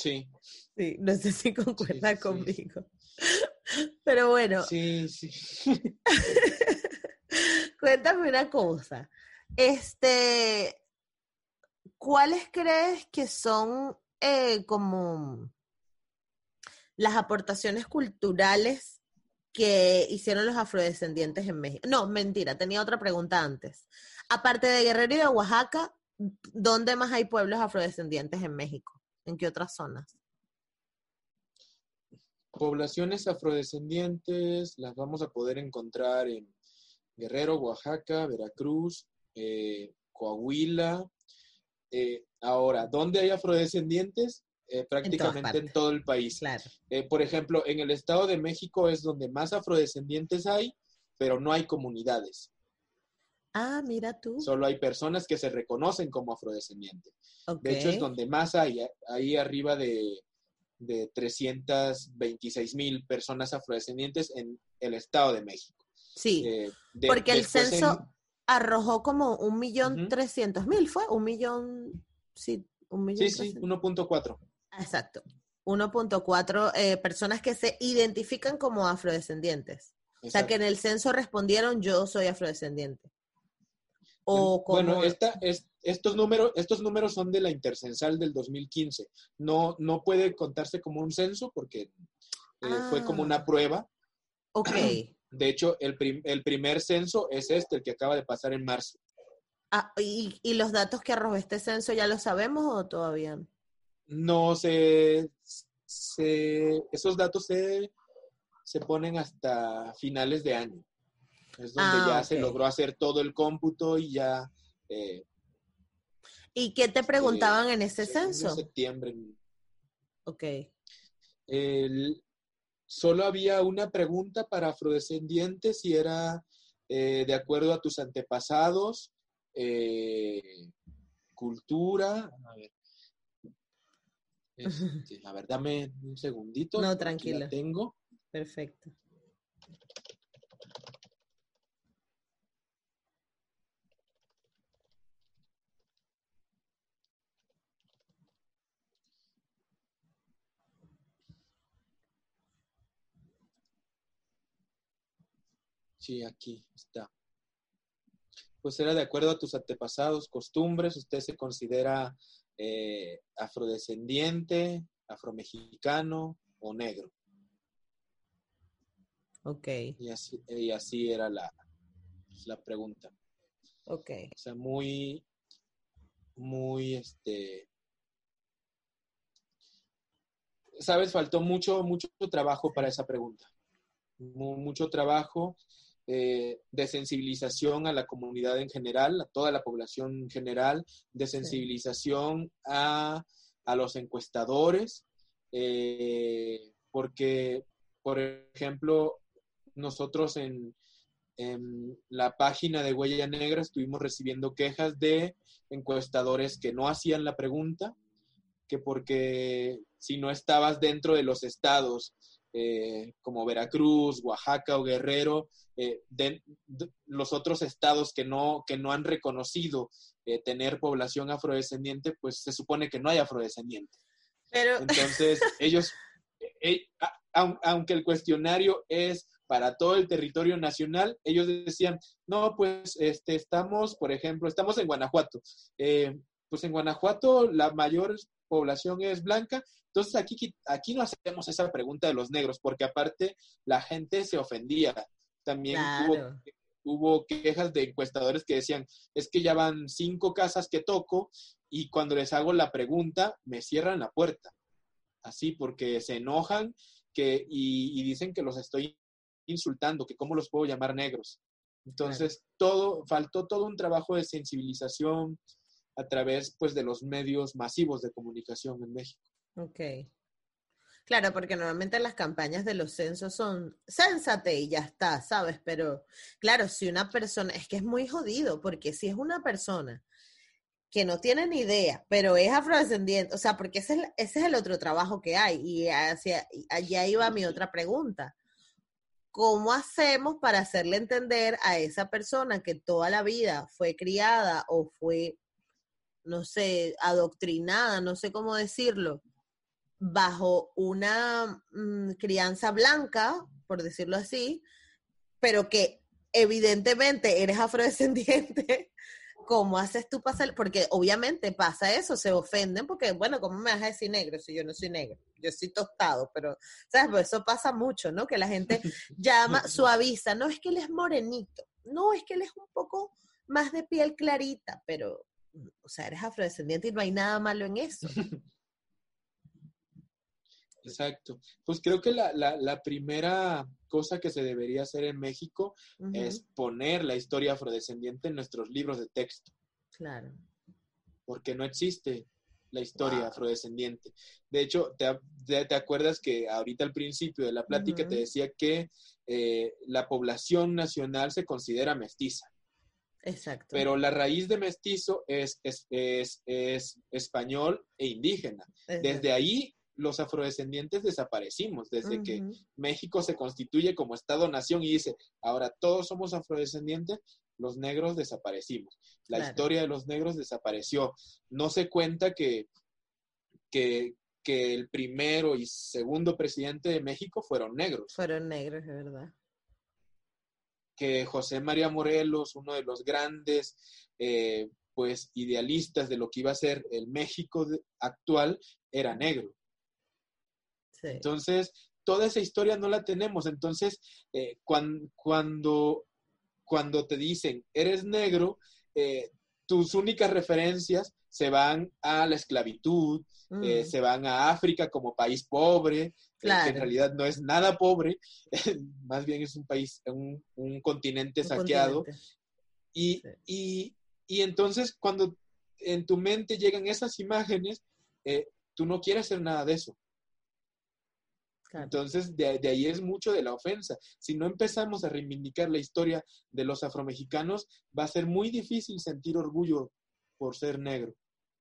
Sí. Sí, no sé si concuerda Sí, sí. conmigo. Pero bueno. Sí, sí. Cuéntame una cosa. Este, ¿cuáles crees que son eh, como las aportaciones culturales que hicieron los afrodescendientes en México? No, mentira, tenía otra pregunta antes. Aparte de Guerrero y de Oaxaca, ¿dónde más hay pueblos afrodescendientes en México? ¿En qué otras zonas? Poblaciones afrodescendientes las vamos a poder encontrar en Guerrero, Oaxaca, Veracruz, eh, Coahuila. Eh, ahora, ¿dónde hay afrodescendientes? Eh, En todas prácticamente en partes, todo el país. claro. Eh, por ejemplo, en el Estado de México es donde más afrodescendientes hay, pero no hay comunidades. Ah, mira tú. Solo hay personas que se reconocen como afrodescendientes. Ok. De hecho, es donde más hay, ahí arriba de, de trescientas veintiséis mil personas afrodescendientes en el Estado de México. Sí, Eh, de, porque el censo en, arrojó como un millón uh-huh. trescientos mil, ¿fue? Un millón, sí, un millón Sí, sí, uno punto cuatro. Exacto, uno punto cuatro eh, personas que se identifican como afrodescendientes. Exacto. O sea, que en el censo respondieron yo soy afrodescendiente. O como... Bueno, esta, es, estos, números, estos números son de la intercensal del dos mil quince. No, no puede contarse como un censo porque eh, ah. fue como una prueba. Ok. De hecho, el, prim, el primer censo es este, el que acaba de pasar en marzo. Ah, ¿y, ¿Y los datos que arrojó este censo ya los sabemos o todavía no? No se, se esos datos se, se ponen hasta finales de año. Es donde ah, ya okay. se logró hacer todo el cómputo y ya... Eh, ¿Y qué te preguntaban eh, en ese censo? En septiembre. Ok. El, solo había una pregunta para afrodescendientes y era eh, de acuerdo a tus antepasados, eh, cultura... A ver. Este, a ver, dame un segundito. No, tranquilo. La tengo. Perfecto. Sí, aquí está. Pues era de acuerdo a tus antepasados, costumbres, usted se considera eh, afrodescendiente, afromexicano o negro. Ok. Y así, y así era la, la pregunta. Ok. O sea, muy, muy, este... ¿Sabes? Faltó mucho, mucho trabajo para esa pregunta. Mucho trabajo eh, de sensibilización a la comunidad en general, a toda la población en general, de sensibilización sí. a, a los encuestadores, eh, porque, por ejemplo, nosotros en, en la página de Huella Negra estuvimos recibiendo quejas de encuestadores que no hacían la pregunta, que porque si no estabas dentro de los estados eh, como Veracruz, Oaxaca o Guerrero, eh, de, de, los otros estados que no, que no han reconocido eh, tener población afrodescendiente, pues se supone que no hay afrodescendiente. Pero... Entonces, ellos, eh, a, aunque el cuestionario es para todo el territorio nacional, ellos decían, no, pues este, estamos, por ejemplo, estamos en Guanajuato. Eh, pues en Guanajuato la mayor población es blanca, entonces aquí, aquí no hacemos esa pregunta de los negros, porque aparte la gente se ofendía. También claro. hubo, hubo quejas de encuestadores que decían, es que ya van cinco casas que toco y cuando les hago la pregunta me cierran la puerta. Así, porque se enojan que, y, y dicen que los estoy insultando, que cómo los puedo llamar negros. Entonces, claro. todo, faltó todo un trabajo de sensibilización a través, pues, de los medios masivos de comunicación en México. Ok. Claro, porque normalmente las campañas de los censos son cénsate y ya está, ¿sabes? Pero, claro, si una persona, es que es muy jodido, porque si es una persona que no tiene ni idea, pero es afrodescendiente, o sea, porque ese es, el, ese es el otro trabajo que hay, y hacia, allá iba mi otra pregunta. ¿Cómo hacemos para hacerle entender a esa persona que toda la vida fue criada o fue, no sé, adoctrinada, no sé cómo decirlo, bajo una mmm, crianza blanca, por decirlo así, pero que evidentemente eres afrodescendiente, ¿cómo haces tú pasar? Porque obviamente pasa eso, se ofenden porque, bueno, ¿cómo me vas a decir negro si yo no soy negro? Yo soy tostado, pero, ¿sabes? Pues eso pasa mucho, ¿no? Que la gente llama, suaviza, no es que él es morenito, no, es que él es un poco más de piel clarita, pero, o sea, eres afrodescendiente y no hay nada malo en eso. Exacto. Pues creo que la, la, la primera cosa que se debería hacer en México uh-huh. es poner la historia afrodescendiente en nuestros libros de texto. Claro. Porque no existe la historia wow. afrodescendiente. De hecho, te, te, te acuerdas que ahorita al principio de la plática uh-huh. te decía que eh, la población nacional se considera mestiza. Exacto. Pero la raíz de mestizo es, es, es, es español e indígena. Exacto. Desde ahí los afrodescendientes desaparecimos, desde uh-huh. que México se constituye como Estado-nación y dice, ahora todos somos afrodescendientes, los negros desaparecimos. La claro. historia de los negros desapareció. No se cuenta que, que, que el primero y segundo presidente de México fueron negros. Fueron negros, de verdad. Que José María Morelos, uno de los grandes eh, pues, idealistas de lo que iba a ser el México de, actual, era negro. Sí. Entonces, toda esa historia no la tenemos. Entonces, eh, cuando, cuando, cuando te dicen, eres negro, eh, tus únicas referencias se van a la esclavitud, mm. eh, se van a África como país pobre, claro. eh, que en realidad no es nada pobre, más bien es un país, un, un continente un saqueado. Continente. Y, sí. y, y entonces, cuando en tu mente llegan esas imágenes, eh, tú no quieres hacer nada de eso. Claro. Entonces, de, de ahí es mucho de la ofensa. Si no empezamos a reivindicar la historia de los afromexicanos, va a ser muy difícil sentir orgullo por ser negro.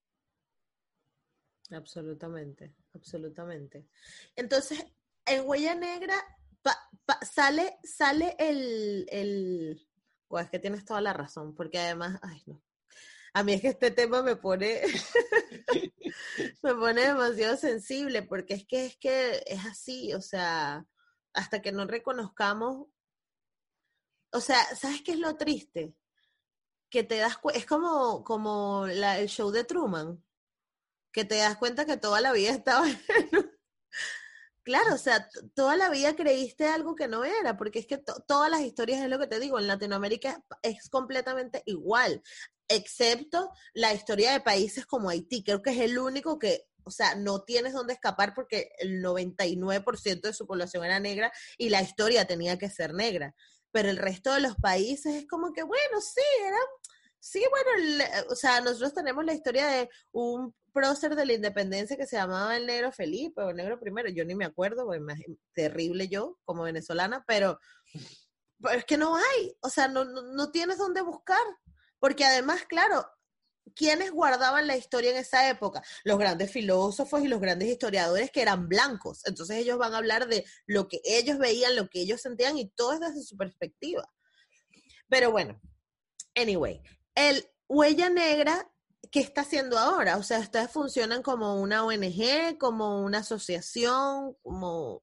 Absolutamente, absolutamente. Entonces, en Huella Negra pa, pa, sale, sale el, el... Bueno, es que tienes toda la razón, porque además, ay no, a mí es que este tema me pone, me pone demasiado sensible, porque es que es que es así, o sea, hasta que no reconozcamos, o sea, ¿sabes qué es lo triste? Que te das cuenta, es como, como la, el show de Truman, que te das cuenta que toda la vida estaba claro, o sea, t- toda la vida creíste algo que no era, porque es que to- todas las historias, es lo que te digo, en Latinoamérica es completamente igual, excepto la historia de países como Haití, creo que es el único que, o sea, no tienes dónde escapar porque el noventa y nueve por ciento de su población era negra y la historia tenía que ser negra, pero el resto de los países es como que, bueno, sí, era... Sí, bueno, el, o sea, nosotros tenemos la historia de un prócer de la independencia que se llamaba el Negro Felipe, o el Negro Primero, yo ni me acuerdo, porque más terrible yo como venezolana, pero, pero es que no hay, o sea, no, no, no tienes dónde buscar, porque además, claro, ¿quiénes guardaban la historia en esa época? Los grandes filósofos y los grandes historiadores que eran blancos, entonces ellos van a hablar de lo que ellos veían, lo que ellos sentían, y todo es desde su perspectiva. Pero bueno, anyway, el Huella Negra, ¿qué está haciendo ahora? O sea, ustedes funcionan como una O N G, como una asociación, como...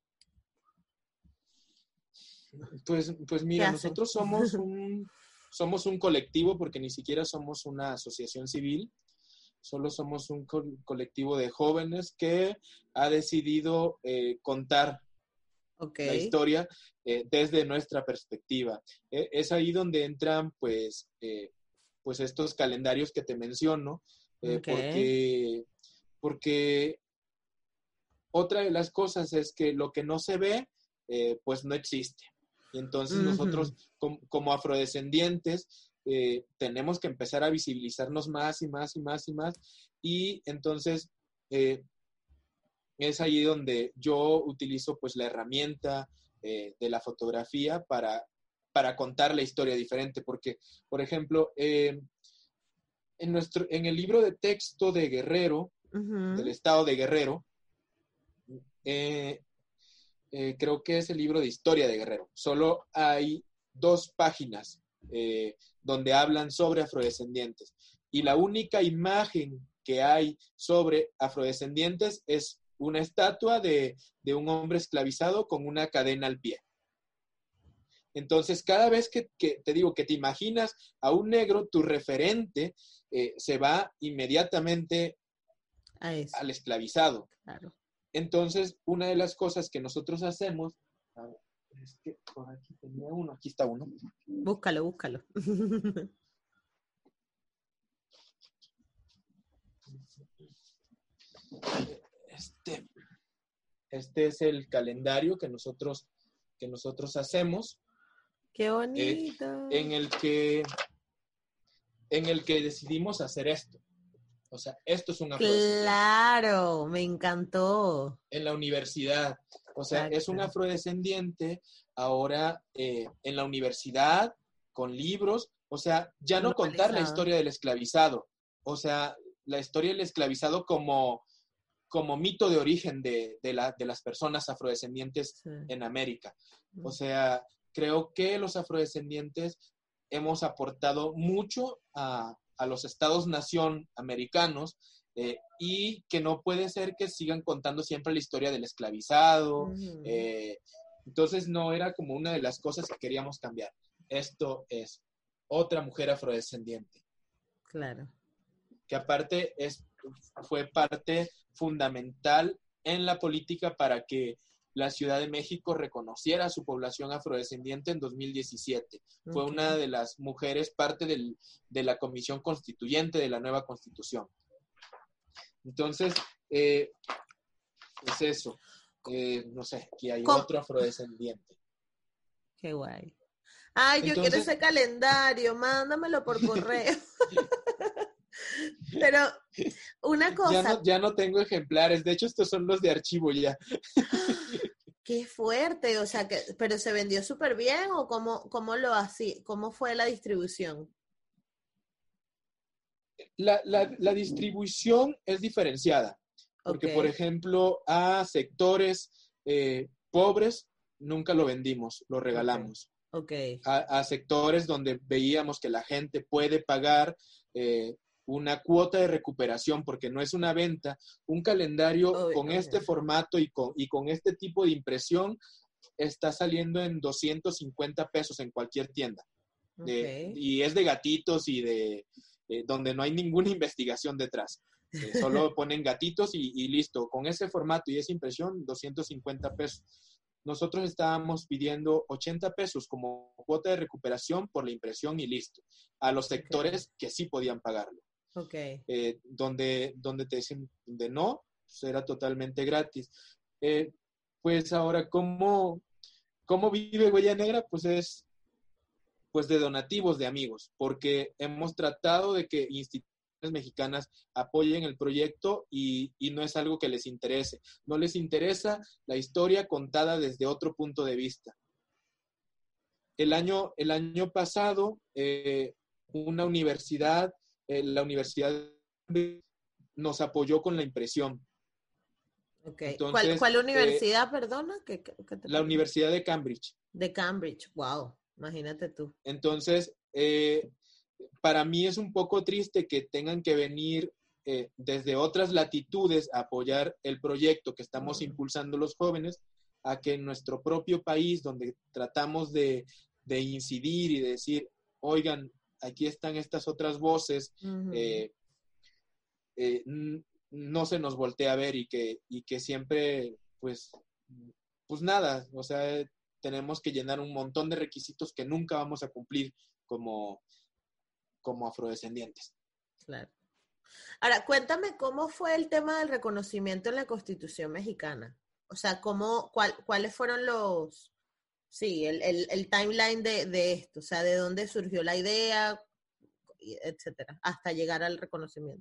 Pues, pues mira, nosotros somos un, somos un colectivo, porque ni siquiera somos una asociación civil, solo somos un co- colectivo de jóvenes que ha decidido eh, contar okay. la historia eh, desde nuestra perspectiva. Eh, es ahí donde entran, pues... Eh, pues estos calendarios que te menciono, eh, okay. porque, porque otra de las cosas es que lo que no se ve, eh, pues no existe. Y entonces uh-huh. nosotros, com, como afrodescendientes, eh, tenemos que empezar a visibilizarnos más y más y más y más, y entonces eh, es ahí donde yo utilizo pues la herramienta eh, de la fotografía para para contar la historia diferente, porque, por ejemplo, eh, en, nuestro, en el libro de texto de Guerrero, uh-huh. del estado de Guerrero, eh, eh, creo que es el libro de historia de Guerrero, solo hay dos páginas eh, donde hablan sobre afrodescendientes, y la única imagen que hay sobre afrodescendientes es una estatua de, de un hombre esclavizado con una cadena al pie. Entonces, cada vez que, que te digo que te imaginas a un negro, tu referente eh, se va inmediatamente A eso. al esclavizado. Claro. Entonces, una de las cosas que nosotros hacemos, a ver, es que por aquí tenía uno, aquí está uno. Búscalo, búscalo. Este, este es el calendario que nosotros, que nosotros hacemos. Qué bonito. Eh, en el que en el que decidimos hacer esto. O sea, esto es un afrodescendiente. Claro, me encantó. En la universidad. O sea, Exacto. es un afrodescendiente ahora eh, en la universidad, con libros. O sea, ya no contar la historia del esclavizado. O sea, la historia del esclavizado como, como mito de origen de, de, la, de las personas afrodescendientes sí. en América. O sea, creo que los afrodescendientes hemos aportado mucho a, a los estados-nación americanos eh, y que no puede ser que sigan contando siempre la historia del esclavizado. Uh-huh. Eh, entonces no era como una de las cosas que queríamos cambiar. Esto es otra mujer afrodescendiente. Claro. Que aparte es, fue parte fundamental en la política para que la Ciudad de México reconociera a su población afrodescendiente en dos mil diecisiete. Okay. Fue una de las mujeres parte del, de la comisión constituyente de la nueva Constitución. Entonces, eh, es eso. Eh, no sé, aquí hay ¿Cómo? Otro afrodescendiente. Qué guay. Ay, yo Entonces, quiero ese calendario, mándamelo por correo. Pero una cosa... Ya no, ya no tengo ejemplares, de hecho estos son los de archivo ya. Qué fuerte, o sea, que, pero ¿se vendió súper bien o cómo, cómo lo hacía? ¿Cómo fue la distribución? La, la, la distribución es diferenciada, porque okay. por ejemplo a sectores eh, pobres nunca lo vendimos, lo regalamos. Okay. A, a sectores donde veíamos que la gente puede pagar eh, una cuota de recuperación, porque no es una venta, un calendario oh, con okay. este formato y con, y con este tipo de impresión está saliendo en doscientos cincuenta pesos en cualquier tienda. De, okay. Y es de gatitos y de eh, donde no hay ninguna investigación detrás. Eh, solo ponen gatitos y, y listo. Con ese formato y esa impresión, doscientos cincuenta pesos. Nosotros estábamos pidiendo ochenta pesos como cuota de recuperación por la impresión y listo. A los sectores okay. que sí podían pagarlo. Okay. Eh, donde, donde te dicen de no, pues era totalmente gratis. Eh, pues ahora, ¿cómo, ¿cómo vive Huella Negra? Pues es pues de donativos de amigos, porque hemos tratado de que instituciones mexicanas apoyen el proyecto y, y no es algo que les interese. No les interesa la historia contada desde otro punto de vista. El año, el año pasado, eh, una universidad, eh, la universidad nos apoyó con la impresión. Okay. Entonces, ¿Cuál, ¿Cuál universidad, eh, perdona? ¿Qué, qué te la Universidad de Cambridge. De Cambridge, wow, imagínate tú. Entonces, eh, para mí es un poco triste que tengan que venir eh, desde otras latitudes a apoyar el proyecto que estamos uh-huh. impulsando los jóvenes, a que en nuestro propio país, donde tratamos de, de incidir y de decir, oigan, aquí están estas otras voces, uh-huh. eh, eh, no se nos voltea a ver y que, y que siempre, pues, pues nada, o sea, tenemos que llenar un montón de requisitos que nunca vamos a cumplir como, como afrodescendientes. Claro. Ahora, cuéntame cómo fue el tema del reconocimiento en la Constitución mexicana. O sea, cómo, cuál, cuáles fueron los, sí, el, el, el timeline de, de esto, o sea, de dónde surgió la idea, etcétera, hasta llegar al reconocimiento.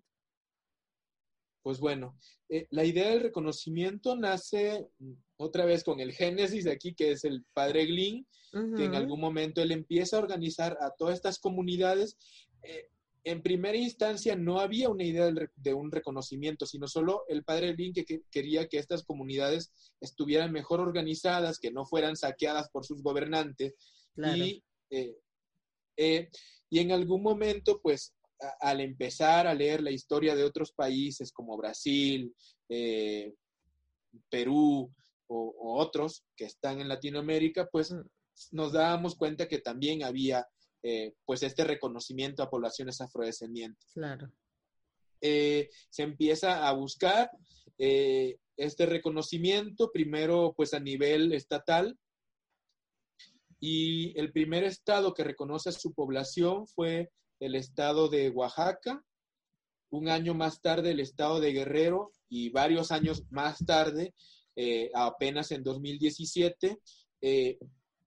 Pues bueno, eh, la idea del reconocimiento nace otra vez con el génesis de aquí, que es el padre Glynn, uh-huh. que en algún momento él empieza a organizar a todas estas comunidades. Eh, en primera instancia no había una idea de, de un reconocimiento, sino solo el padre Glynn que, que quería que estas comunidades estuvieran mejor organizadas, que no fueran saqueadas por sus gobernantes. Claro. Y, eh, eh, y en algún momento, pues, al empezar a leer la historia de otros países como Brasil, eh, Perú o, o otros que están en Latinoamérica, pues nos dábamos cuenta que también había eh, pues este reconocimiento a poblaciones afrodescendientes. Claro. Eh, se empieza a buscar eh, este reconocimiento, primero pues a nivel estatal, y el primer estado que reconoce a su población fue el estado de Oaxaca, un año más tarde el estado de Guerrero, y varios años más tarde, eh, apenas en dos mil diecisiete, eh,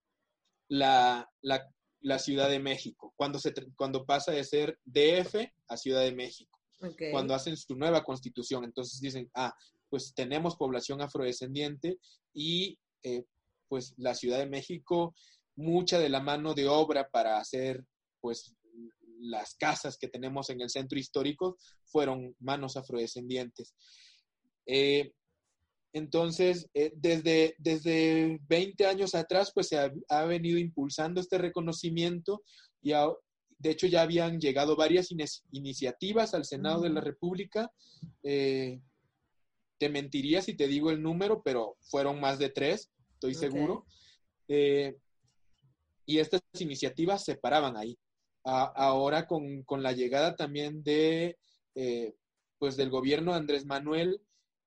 la, la, la Ciudad de México, cuando, se, cuando pasa de ser D F a Ciudad de México. Okay. Cuando hacen su nueva constitución. Entonces dicen, ah, pues tenemos población afrodescendiente y eh, pues la Ciudad de México, mucha de la mano de obra para hacer pues las casas que tenemos en el centro histórico fueron manos afrodescendientes. Eh, entonces, eh, desde, desde veinte años atrás, pues se ha, ha venido impulsando este reconocimiento y a, de hecho ya habían llegado varias in- iniciativas al Senado uh-huh. de la República. Eh, te mentiría si te digo el número, pero fueron más de tres, estoy okay. seguro. Eh, y estas iniciativas se paraban ahí. A, ahora con, con la llegada también de, eh, pues del gobierno de Andrés Manuel,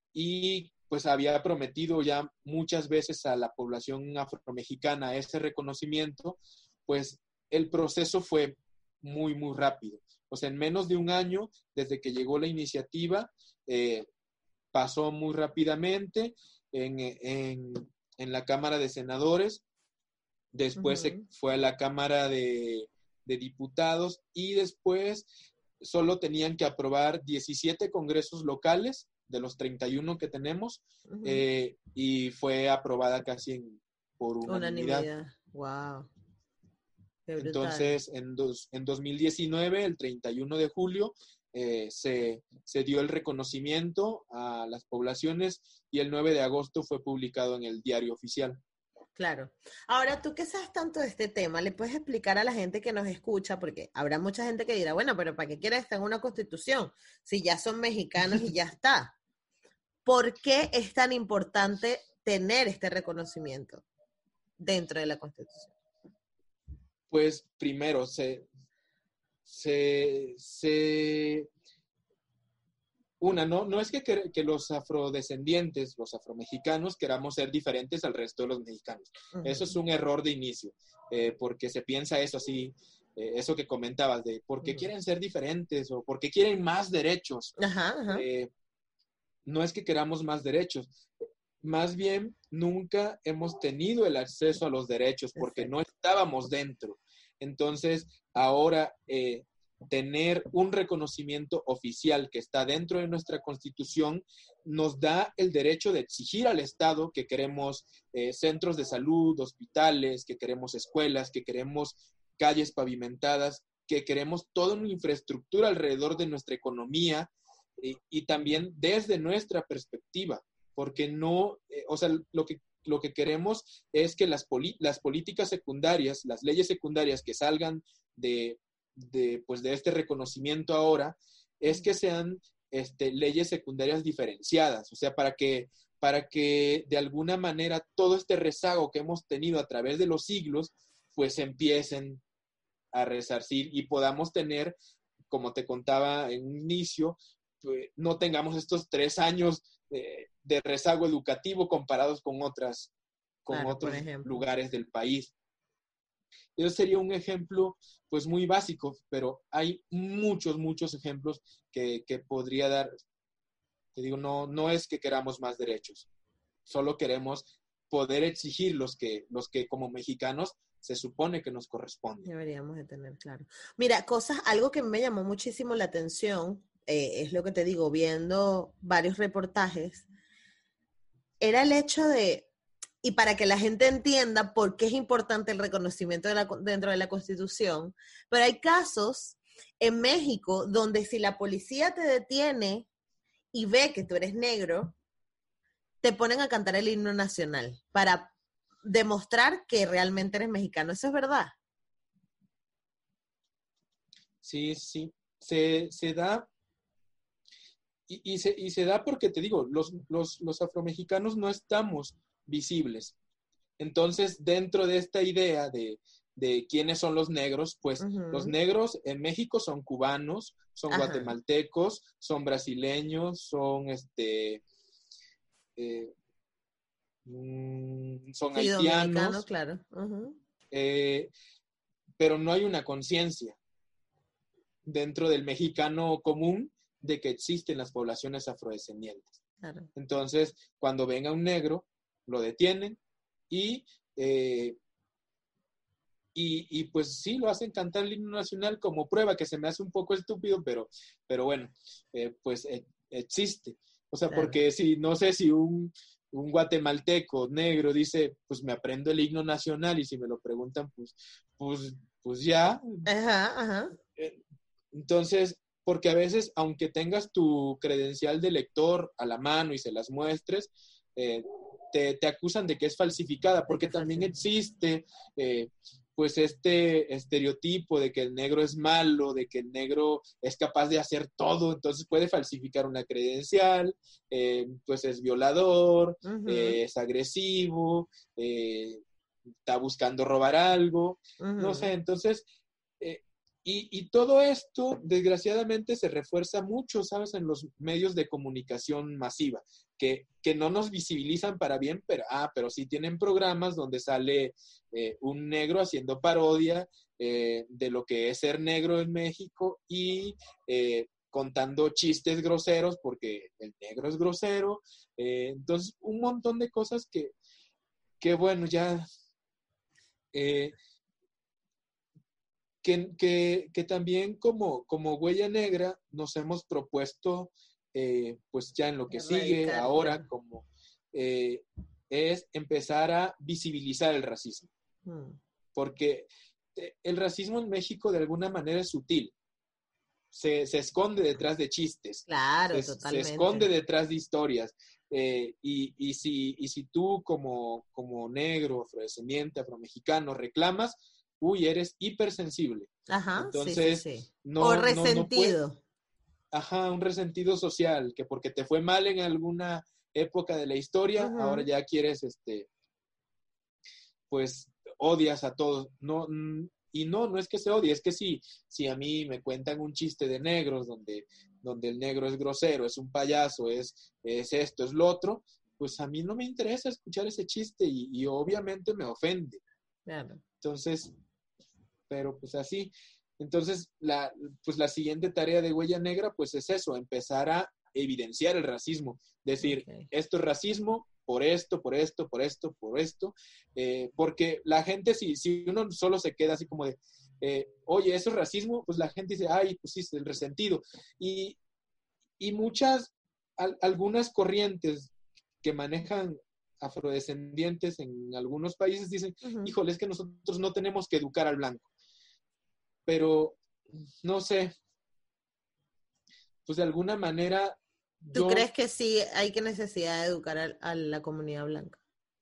y pues había prometido ya muchas veces a la población afromexicana ese reconocimiento, pues el proceso fue muy, muy rápido. O sea, en menos de un año, desde que llegó la iniciativa, eh, pasó muy rápidamente en, en, en la Cámara de Senadores, después uh-huh. se fue a la Cámara de, de Diputados, y después solo tenían que aprobar diecisiete congresos locales de los treinta y uno que tenemos, uh-huh. eh, y fue aprobada casi en, por unanimidad. Unanimidad, wow. Entonces, en, dos, en dos mil diecinueve, el treinta y uno de julio, eh, se, se dio el reconocimiento a las poblaciones, y el nueve de agosto fue publicado en el Diario Oficial. Claro. Ahora, tú que sabes tanto de este tema, ¿le puedes explicar a la gente que nos escucha? Porque habrá mucha gente que dirá, bueno, pero ¿para qué quieres estar en una constitución? Si ya son mexicanos y ya está. ¿Por qué es tan importante tener este reconocimiento dentro de la constitución? Pues primero, se, se, se una, no, no es que, que los afrodescendientes, los afromexicanos, queramos ser diferentes al resto de los mexicanos. Uh-huh. Eso es un error de inicio, eh, porque se piensa eso así, eh, eso que comentabas, de por qué uh-huh. quieren ser diferentes o por qué quieren más derechos. Uh-huh, uh-huh. Eh, no es que queramos más derechos, más bien nunca hemos tenido el acceso a los derechos porque no estábamos dentro. Entonces, ahora eh, tener un reconocimiento oficial que está dentro de nuestra Constitución nos da el derecho de exigir al Estado que queremos eh, centros de salud, hospitales, que queremos escuelas, que queremos calles pavimentadas, que queremos toda una infraestructura alrededor de nuestra economía, y, y también desde nuestra perspectiva, porque no, eh, o sea, lo que, lo que queremos es que las, poli- las políticas secundarias, las leyes secundarias que salgan de, de, pues de este reconocimiento ahora, es que sean este, leyes secundarias diferenciadas, o sea, para que, para que de alguna manera todo este rezago que hemos tenido a través de los siglos, pues empiecen a resarcir y podamos tener, como te contaba en un inicio, pues, no tengamos estos tres años de, de rezago educativo comparados con otras, con claro, otros lugares del país. Eso sería un ejemplo, pues, muy básico, pero hay muchos, muchos ejemplos que, que podría dar. Te digo, no, no es que queramos más derechos, solo queremos poder exigir los que, los que como mexicanos se supone que nos corresponde. Deberíamos de tener claro. Mira, cosas, algo que me llamó muchísimo la atención, eh, es lo que te digo, viendo varios reportajes, era el hecho de, y para que la gente entienda por qué es importante el reconocimiento de la, dentro de la Constitución, pero hay casos en México donde si la policía te detiene y ve que tú eres negro, te ponen a cantar el himno nacional para demostrar que realmente eres mexicano. ¿Eso es verdad? Sí, sí. Se, se da, y, y, se, y se da porque, te digo, los, los, los afromexicanos no estamos visibles. Entonces, dentro de esta idea de, de quiénes son los negros, pues uh-huh. los negros en México son cubanos, son Ajá. guatemaltecos, son brasileños, son este eh, mm, son sí, haitianos, claro. Uh-huh. eh, pero no hay una conciencia dentro del mexicano común de que existen las poblaciones afrodescendientes. Claro. Entonces, cuando venga un negro, lo detienen y, eh, y, y pues sí, lo hacen cantar el himno nacional como prueba, que se me hace un poco estúpido, pero, pero bueno, eh, pues eh, existe. O sea, claro. Porque si, no sé si un, un guatemalteco negro dice, pues me aprendo el himno nacional, y si me lo preguntan, pues, pues, pues ya. Ajá, ajá. Entonces, porque a veces, aunque tengas tu credencial de lector a la mano y se las muestres, eh, te, te acusan de que es falsificada, porque también existe eh, pues este estereotipo de que el negro es malo, de que el negro es capaz de hacer todo, entonces puede falsificar una credencial, eh, pues es violador, uh-huh. eh, es agresivo, eh, está buscando robar algo, uh-huh. no sé, entonces... Eh, Y, y todo esto, desgraciadamente, se refuerza mucho, ¿sabes?, en los medios de comunicación masiva, que, que no nos visibilizan para bien, pero, ah, pero sí tienen programas donde sale eh, un negro haciendo parodia eh, de lo que es ser negro en México y eh, contando chistes groseros, porque el negro es grosero. Eh, entonces, un montón de cosas que, que bueno, ya... Eh, Que, que, que también como, como Huella Negra nos hemos propuesto, eh, pues ya en lo que sigue ahora, como eh, es empezar a visibilizar el racismo. Hmm. Porque el racismo en México de alguna manera es sutil. Se, se esconde detrás de chistes. Claro, se, totalmente. Se esconde detrás de historias. Eh, y, y, si, y si tú como, como negro, afrodescendiente, afromexicano, reclamas, uy, eres hipersensible. Ajá, entonces, sí, sí, sí. No, o resentido. No, no puede, ajá, un resentido social, que porque te fue mal en alguna época de la historia, uh-huh. ahora ya quieres, este, pues, odias a todos. No, y no, no es que se odie, es que si, si a mí me cuentan un chiste de negros donde, donde el negro es grosero, es un payaso, es, es esto, es lo otro, pues a mí no me interesa escuchar ese chiste y, y obviamente me ofende. Claro. Entonces... pero pues así, entonces la, pues la siguiente tarea de Huella Negra pues es eso, empezar a evidenciar el racismo, decir, okay. esto es racismo por esto, por esto, por esto, por esto, eh, porque la gente, si, si uno solo se queda así como de, eh, oye, eso es racismo, pues la gente dice, ay, pues sí, es el resentido, y, y muchas, al, algunas corrientes que manejan afrodescendientes en algunos países dicen, uh-huh. híjole, es que nosotros no tenemos que educar al blanco. Pero, no sé, pues de alguna manera... ¿Tú yo, crees que sí hay que necesidad de educar a, a la comunidad blanca?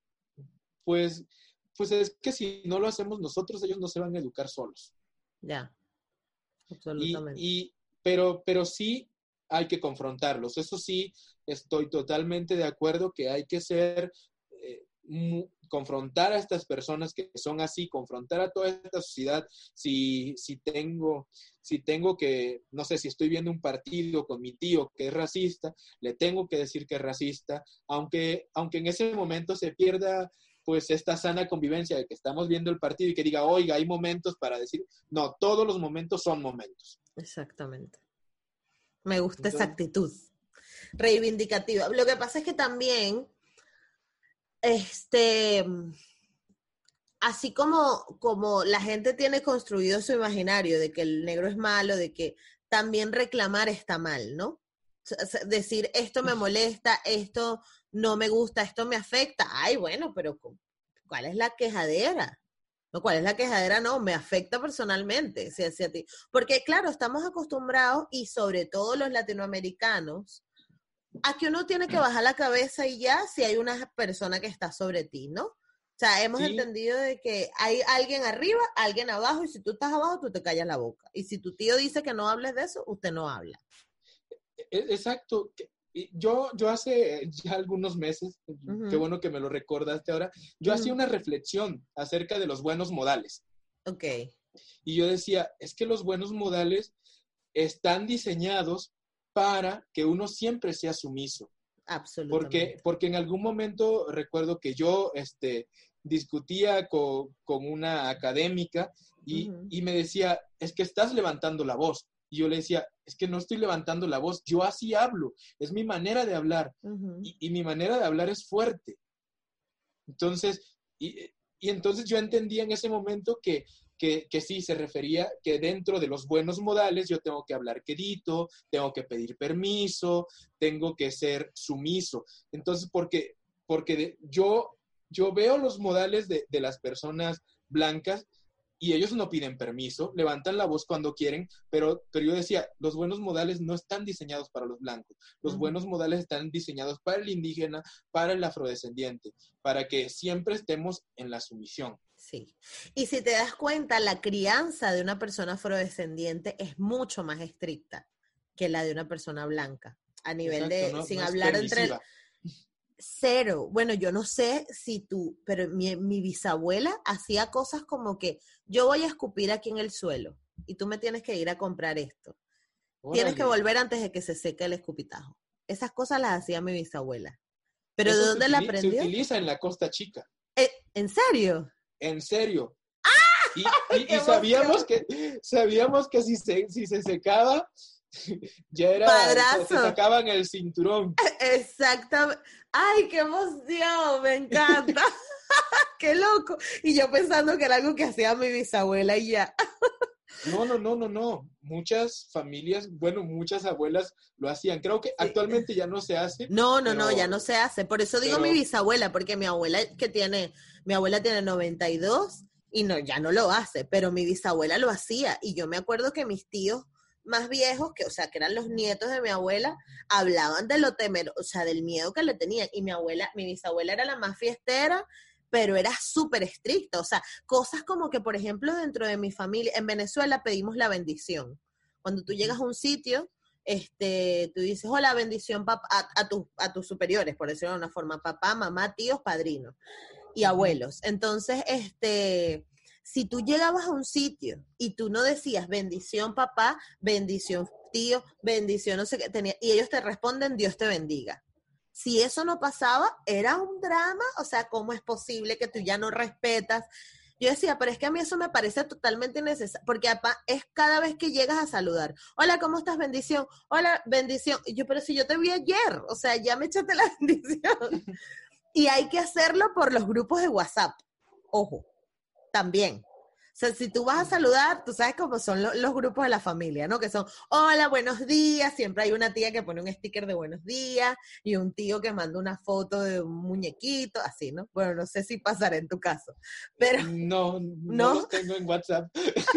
Pues, pues es que si no lo hacemos nosotros, ellos no se van a educar solos. Ya, absolutamente. Y, y, pero, pero sí hay que confrontarlos. Eso sí, estoy totalmente de acuerdo que hay que ser... Eh, confrontar a estas personas que son así, confrontar a toda esta sociedad. Si, si tengo, si tengo que, no sé, si estoy viendo un partido con mi tío que es racista, le tengo que decir que es racista, aunque, aunque en ese momento se pierda pues esta sana convivencia de que estamos viendo el partido y que diga, oiga, hay momentos para decir, no, todos los momentos son momentos. Exactamente. Me gusta Entonces, esa actitud reivindicativa. Lo que pasa es que también Este, así como, como la gente tiene construido su imaginario de que el negro es malo, de que también reclamar está mal, ¿no? Decir, esto me molesta, esto no me gusta, esto me afecta. Ay, bueno, pero ¿cuál es la quejadera? No, ¿cuál es la quejadera? No, me afecta personalmente, si hacia ti. Porque, claro, estamos acostumbrados, y sobre todo los latinoamericanos, a que uno tiene que bajar la cabeza y ya si hay una persona que está sobre ti, ¿no? O sea, hemos sí. entendido de que hay alguien arriba, alguien abajo, y si tú estás abajo, tú te callas la boca. Y si tu tío dice que no hables de eso, usted no habla. exacto. Yo, yo hace ya algunos meses, Uh-huh. qué bueno que me lo recordaste ahora, yo Uh-huh. hacía una reflexión acerca de los buenos modales. Ok. Y yo decía, es que los buenos modales están diseñados para que uno siempre sea sumiso. Absolutamente. Porque, porque en algún momento recuerdo que yo este, discutía con, con una académica y, Uh-huh. y me decía, es que estás levantando la voz. Y yo le decía, es que no estoy levantando la voz, yo así hablo, es mi manera de hablar. Uh-huh. Y, y mi manera de hablar es fuerte. Entonces, y, y entonces yo entendía en ese momento que, que, que sí, se refería que dentro de los buenos modales yo tengo que hablar quedito, tengo que pedir permiso, tengo que ser sumiso. Entonces, porque, porque de, yo, yo veo los modales de, de las personas blancas y ellos no piden permiso, levantan la voz cuando quieren, pero, pero yo decía, los buenos modales no están diseñados para los blancos, los uh-huh. buenos modales están diseñados para el indígena, para el afrodescendiente, para que siempre estemos en la sumisión. Sí, y si te das cuenta, la crianza de una persona afrodescendiente es mucho más estricta que la de una persona blanca, a nivel Exacto, de, no, sin no hablar entre... El, cero. Bueno, yo no sé si tú, pero mi, mi bisabuela hacía cosas como que yo voy a escupir aquí en el suelo y tú me tienes que ir a comprar esto. Órale. Tienes que volver antes de que se seque el escupitajo. Esas cosas las hacía mi bisabuela. ¿Pero Eso de dónde se la utiliza, aprendió? Se utiliza en la Costa Chica. ¿Eh, ¿En serio? En serio. ¡Ah! Y, y, y sabíamos que sabíamos que si se, si se secaba ya era, se, se sacaban el cinturón. Exactamente. ¡Ay, qué emoción! Me encanta. ¡Qué loco! Y yo pensando que era algo que hacía mi bisabuela y ya. No, no, no, no, no. Muchas familias, bueno, muchas abuelas lo hacían. Creo que sí. Actualmente ya no se hace. No, no, pero, no, ya no se hace. Por eso digo pero, mi bisabuela, porque mi abuela que tiene, mi abuela tiene noventa y dos y no, ya no lo hace, pero mi bisabuela lo hacía. Y yo me acuerdo que mis tíos más viejos, que, o sea, que eran los nietos de mi abuela, hablaban de lo temeroso, o sea, del miedo que le tenían. Y mi abuela, mi bisabuela era la más fiestera, pero era súper estricta. O sea, cosas como que, por ejemplo, dentro de mi familia, en Venezuela pedimos la bendición. Cuando tú llegas a un sitio, este, tú dices, hola, bendición papá, a, a, tu, a tus superiores, por decirlo de una forma, papá, mamá, tíos, padrinos y abuelos. Entonces, este... si tú llegabas a un sitio y tú no decías bendición papá, bendición tío, bendición no sé qué, tenía, y ellos te responden Dios te bendiga. Si eso no pasaba, era un drama, o sea, ¿cómo es posible que tú ya no respetas? Yo decía, pero es que a mí eso me parece totalmente innecesario, porque es cada vez que llegas a saludar, hola, ¿cómo estás? Bendición, hola, bendición. Y yo, pero si yo te vi ayer, o sea, ya me echaste la bendición. Y hay que hacerlo por los grupos de WhatsApp, ojo. También. O sea, si tú vas a saludar, tú sabes cómo son lo, los grupos de la familia, ¿no? Que son, hola, buenos días, siempre hay una tía que pone un sticker de buenos días y un tío que manda una foto de un muñequito, así, ¿no? Bueno, no sé si pasará en tu caso, pero... No, no, no los tengo en WhatsApp.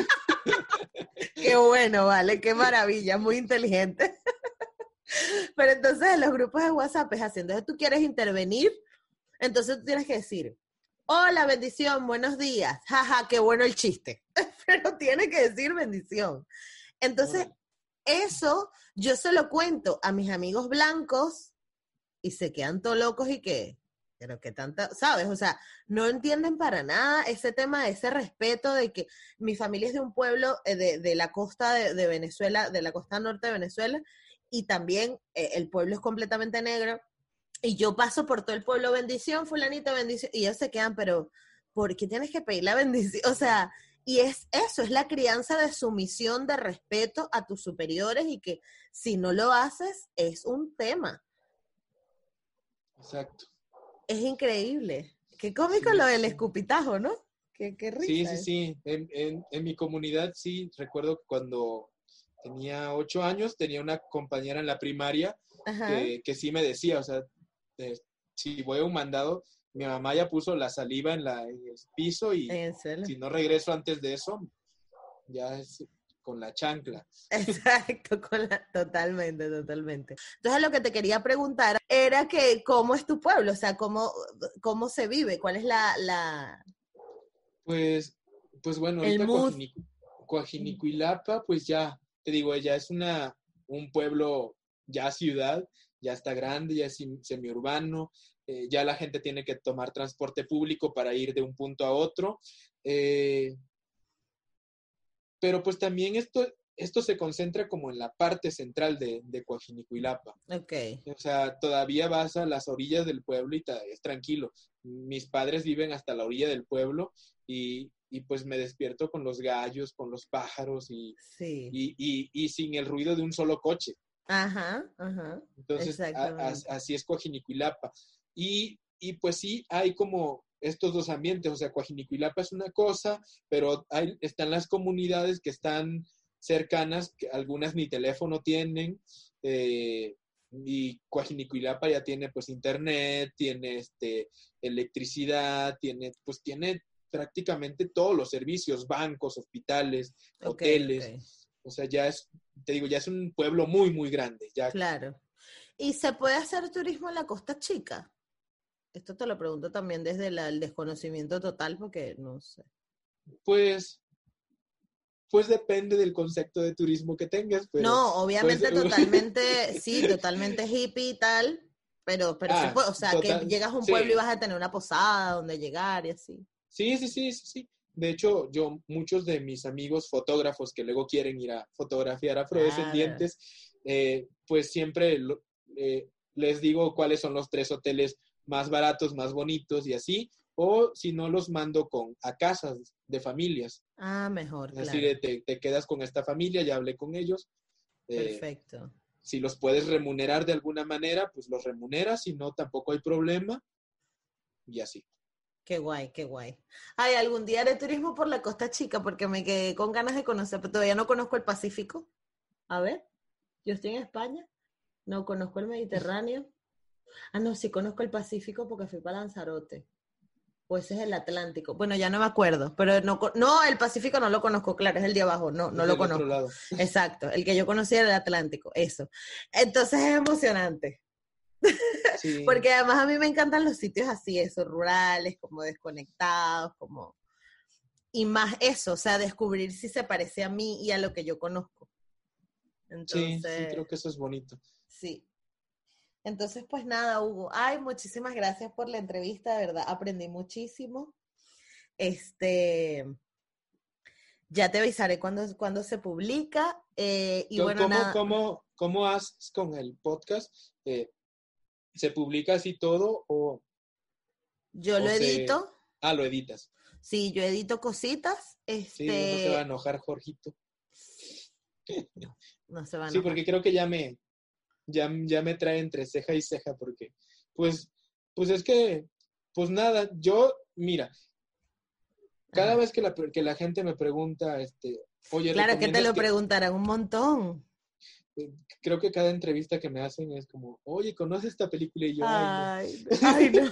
Qué bueno, vale, qué maravilla, muy inteligente. Pero entonces en los grupos de WhatsApp es así, entonces tú quieres intervenir, entonces tú tienes que decir, hola, bendición, buenos días. Jaja, qué bueno el chiste. Pero tiene que decir bendición. Entonces, bueno. Eso yo se lo cuento a mis amigos blancos y se quedan todos locos y que, pero que tanta, ¿sabes? O sea, no entienden para nada ese tema de ese respeto de que mi familia es de un pueblo eh, de, de la costa de, de Venezuela, de la costa norte de Venezuela, y también eh, el pueblo es completamente negro. Y yo paso por todo el pueblo, bendición, fulanito, bendición, y ellos se quedan, pero ¿por qué tienes que pedir la bendición? O sea, y es eso, es la crianza de sumisión, de respeto a tus superiores, y que si no lo haces, es un tema. Exacto. Es increíble. Qué cómico sí, lo del sí. escupitajo, ¿no? Qué, qué risa. Sí, sí, es. sí. En, en, en mi comunidad, sí, recuerdo que cuando tenía ocho años, tenía una compañera en la primaria que, que sí me decía, o sea, Eh, si voy a un mandado, mi mamá ya puso la saliva en, la, en el piso y si no regreso antes de eso, ya es con la chancla. Exacto, con la, totalmente, totalmente. Entonces lo que te quería preguntar era que cómo es tu pueblo, o sea, cómo, cómo se vive, cuál es la... la... Pues, pues bueno, ahorita Coajinicuilapa, pues ya, te digo, ella es una, un pueblo ya ciudad, ya está grande, ya es semiurbano, eh, ya la gente tiene que tomar transporte público para ir de un punto a otro. Eh, pero pues también esto, esto se concentra como en la parte central de, de Coajinicuilapa. Ok. O sea, todavía vas a las orillas del pueblo y ta, es tranquilo. Mis padres viven hasta la orilla del pueblo y, y pues me despierto con los gallos, con los pájaros y, Sí. y, y, y sin el ruido de un solo coche. Ajá, ajá. Entonces, a, a, Exactamente. así es Coajinicuilapa. Y, y pues sí, hay como estos dos ambientes, o sea, Coajinicuilapa es una cosa, pero hay, están las comunidades que están cercanas, que algunas ni teléfono tienen, eh, y Coajinicuilapa ya tiene pues internet, tiene este, electricidad, tiene, pues tiene prácticamente todos los servicios, bancos, hospitales, Okay, hoteles, okay. o sea, ya es, te digo, ya es un pueblo muy, muy grande, ya. Claro. ¿Y se puede hacer turismo en la Costa Chica? Esto te lo pregunto también desde la, el desconocimiento total, porque no sé. Pues, pues depende del concepto de turismo que tengas, pero No, pues, obviamente totalmente, sí, totalmente hippie y tal, pero, pero se ah, puede, o sea, que total, llegas a un pueblo y sí, vas a tener una posada donde llegar y así. sí, sí, sí, sí, sí. De hecho, yo, muchos de mis amigos fotógrafos que luego quieren ir a fotografiar Claro. afrodescendientes, eh, pues siempre lo- eh, les digo cuáles son los tres hoteles más baratos, más bonitos y así, o si no los mando con, a casas de familias. Ah, mejor, Es decir, claro. de, te, te quedas con esta familia, ya hablé con ellos. eh, Perfecto. si los puedes remunerar de alguna manera, pues los remuneras, si no, tampoco hay problema y así. Qué guay, qué guay. Ay, algún día haré turismo por la Costa Chica porque me quedé con ganas de conocer, pero todavía no conozco el Pacífico. A ver, yo estoy en España, no conozco el Mediterráneo. Ah, no, sí conozco el Pacífico porque fui para Lanzarote. O ese es el Atlántico. Bueno, ya no me acuerdo, pero no, co- no, el Pacífico no lo conozco, claro, es el de abajo, no, no Es lo del otro conozco. lado. Exacto, el que yo conocía era el Atlántico, eso. Entonces es emocionante, Sí, porque además a mí me encantan los sitios así, esos rurales, como desconectados, como... Y más eso, o sea, descubrir si se parece a mí y a lo que yo conozco. sí, sí, Entonces, creo que eso es bonito. sí. Entonces, pues nada, Hugo. Ay, muchísimas gracias por la entrevista, de verdad, aprendí muchísimo. Este, ya te avisaré cuando, cuando se publica. Eh, y bueno, ¿Cómo, nada, cómo, cómo haces con el podcast? Eh, ¿se publica así todo o, yo lo o se... edito. Ah, lo editas. Sí, yo edito cositas. Sí, no se va a Este, enojar Jorgito. no, no se va a Sí, enojar. porque creo que ya me, ya, ya me trae entre ceja y ceja, porque, pues, pues es que, pues nada, yo, mira, cada Ajá. vez que la, que la gente me pregunta, este, oye, Claro que te ¿recomiendas lo que, preguntarán un montón. eh, creo que cada entrevista que me hacen es como, oye, ¿conoces esta película? Y yo, ay, no. Ay, no. Ay, no.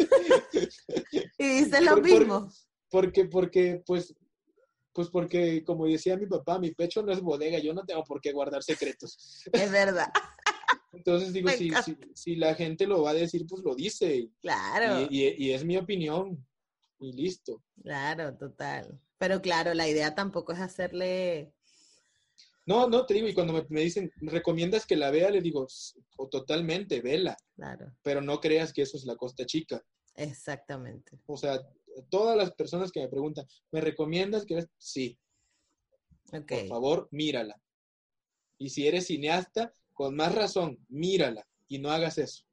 Y dices lo por, por, mismo. porque, porque, pues, pues porque, como decía mi papá, mi pecho no es bodega, yo no tengo por qué guardar secretos. Es verdad. Entonces digo, Me si, si, encanta. si la gente lo va a decir, pues lo dice. Y, Claro, y, y es mi opinión. Y listo. claro, total. Pero claro, la idea tampoco es hacerle... No, no, te digo, y cuando me, me dicen, ¿recomiendas que la vea? Le digo, o totalmente, vela. Claro, Pero no creas que eso es la Costa Chica. exactamente. O sea, todas las personas que me preguntan, ¿me recomiendas que veas? Sí, Ok. por favor, mírala. Y si eres cineasta, con más razón, mírala y no hagas eso.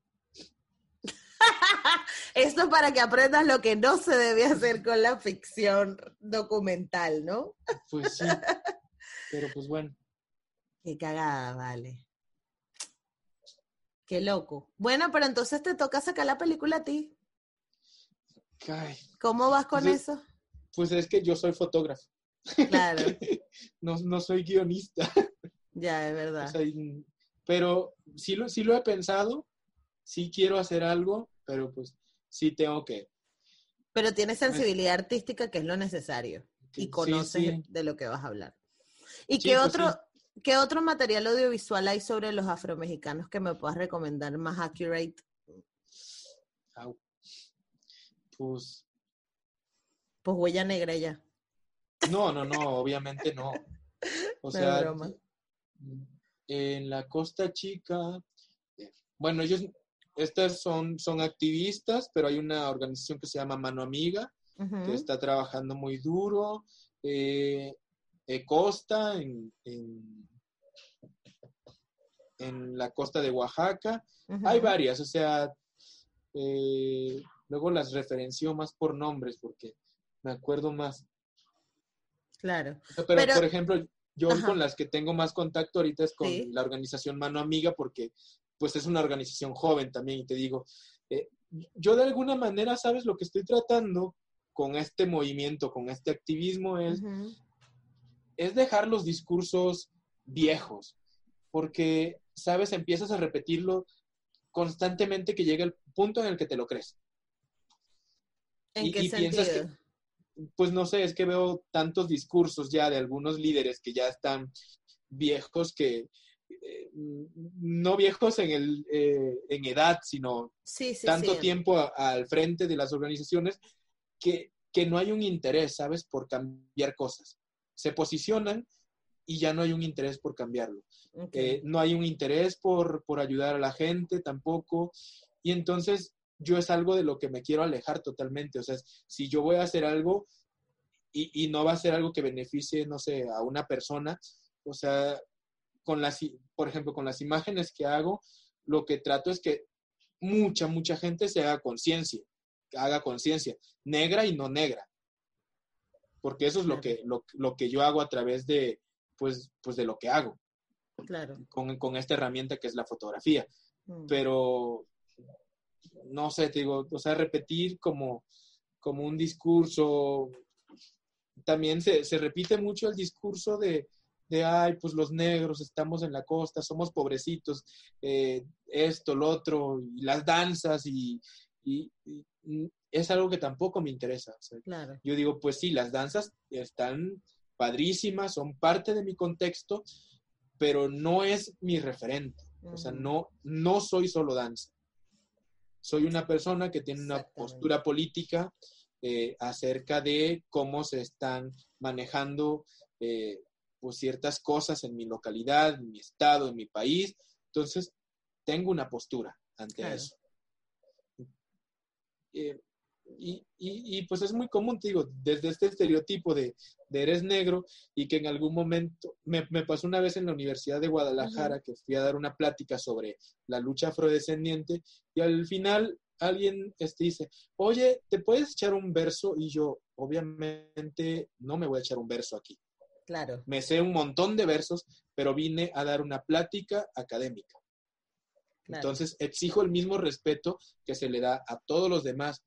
Esto es para que aprendas lo que no se debe hacer con la ficción documental, ¿no? Pues sí, pero pues bueno. Qué cagada, vale. Qué loco. Bueno, pero entonces te toca sacar la película a ti. Ay, ¿Cómo vas pues con es, eso? pues es que yo soy fotógrafo. Claro, no, no soy guionista. ya, es O verdad. sea, y- pero sí lo, sí lo he pensado, sí quiero hacer algo, pero pues sí tengo que, Pero tienes pues, sensibilidad artística, que es lo necesario. Y que- sí, conoces sí, de lo que vas a hablar. ¿Y sí, qué pues otro, sí. qué otro material audiovisual hay sobre los afromexicanos que me puedas recomendar más accurate? Au. Pues, Pues Huella Negra ya. no, no, no, obviamente no. O No es sea, broma. en la Costa Chica, bueno, ellos, estas son, son activistas, pero hay una organización que se llama Mano Amiga, uh-huh. que está trabajando muy duro. Eh, eh, Costa, en, en, en la costa de Oaxaca. Uh-huh. Hay varias, o sea, eh, luego las referencio más por nombres porque me acuerdo más. Claro. Pero, pero por ejemplo, yo ajá. con las que tengo más contacto ahorita es con sí. la organización Mano Amiga porque pues es una organización joven también y te digo, eh, yo de alguna manera, ¿sabes? Lo que estoy tratando con este movimiento, con este activismo es, uh-huh. es dejar los discursos viejos, porque, ¿sabes? Empiezas a repetirlo constantemente que llega el punto en el que te lo crees. ¿En y, qué y sentido? Piensas que, pues no sé, es que veo tantos discursos ya de algunos líderes que ya están viejos que, eh, no viejos en, el, eh, en edad, sino sí, sí, tanto sí. tiempo a, al frente de las organizaciones que, que no hay un interés, ¿sabes? Por cambiar cosas. Se posicionan y ya no hay un interés por cambiarlo. Okay. Eh, no hay un interés por, por ayudar a la gente tampoco. Y entonces yo es algo de lo que me quiero alejar totalmente. O sea, si yo voy a hacer algo y, y no va a ser algo que beneficie, no sé, a una persona, o sea, con las, por ejemplo, con las imágenes que hago, lo que trato es que mucha, mucha gente se haga conciencia, haga conciencia, negra y no negra. Porque eso es claro. lo que, lo, lo que yo hago a través de, pues, pues de lo que hago. Claro. Con, con esta herramienta que es la fotografía. Mm. Pero, no sé, te digo, o sea, repetir como, como un discurso. También se, se repite mucho el discurso de, de, ay, pues los negros estamos en la costa, somos pobrecitos, eh, esto, lo otro, y las danzas, y, y, y es algo que tampoco me interesa. O sea, claro. Yo digo, pues sí, las danzas están padrísimas, son parte de mi contexto, pero no es mi referente. Uh-huh. O sea, no, no soy solo danza. Soy una persona que tiene una postura política eh, acerca de cómo se están manejando eh, pues ciertas cosas en mi localidad, en mi estado, en mi país. Entonces, tengo una postura ante claro. eso. Eh, Y, y, y pues es muy común, te digo, desde este estereotipo de, de eres negro y que en algún momento, me, me pasó una vez en la Universidad de Guadalajara uh-huh. que fui a dar una plática sobre la lucha afrodescendiente y al final alguien este, dice, oye, ¿te puedes echar un verso? Y yo, obviamente, no me voy a echar un verso aquí. Claro. Me sé un montón de versos, pero vine a dar una plática académica. Claro. Entonces, exijo el mismo respeto que se le da a todos los demás.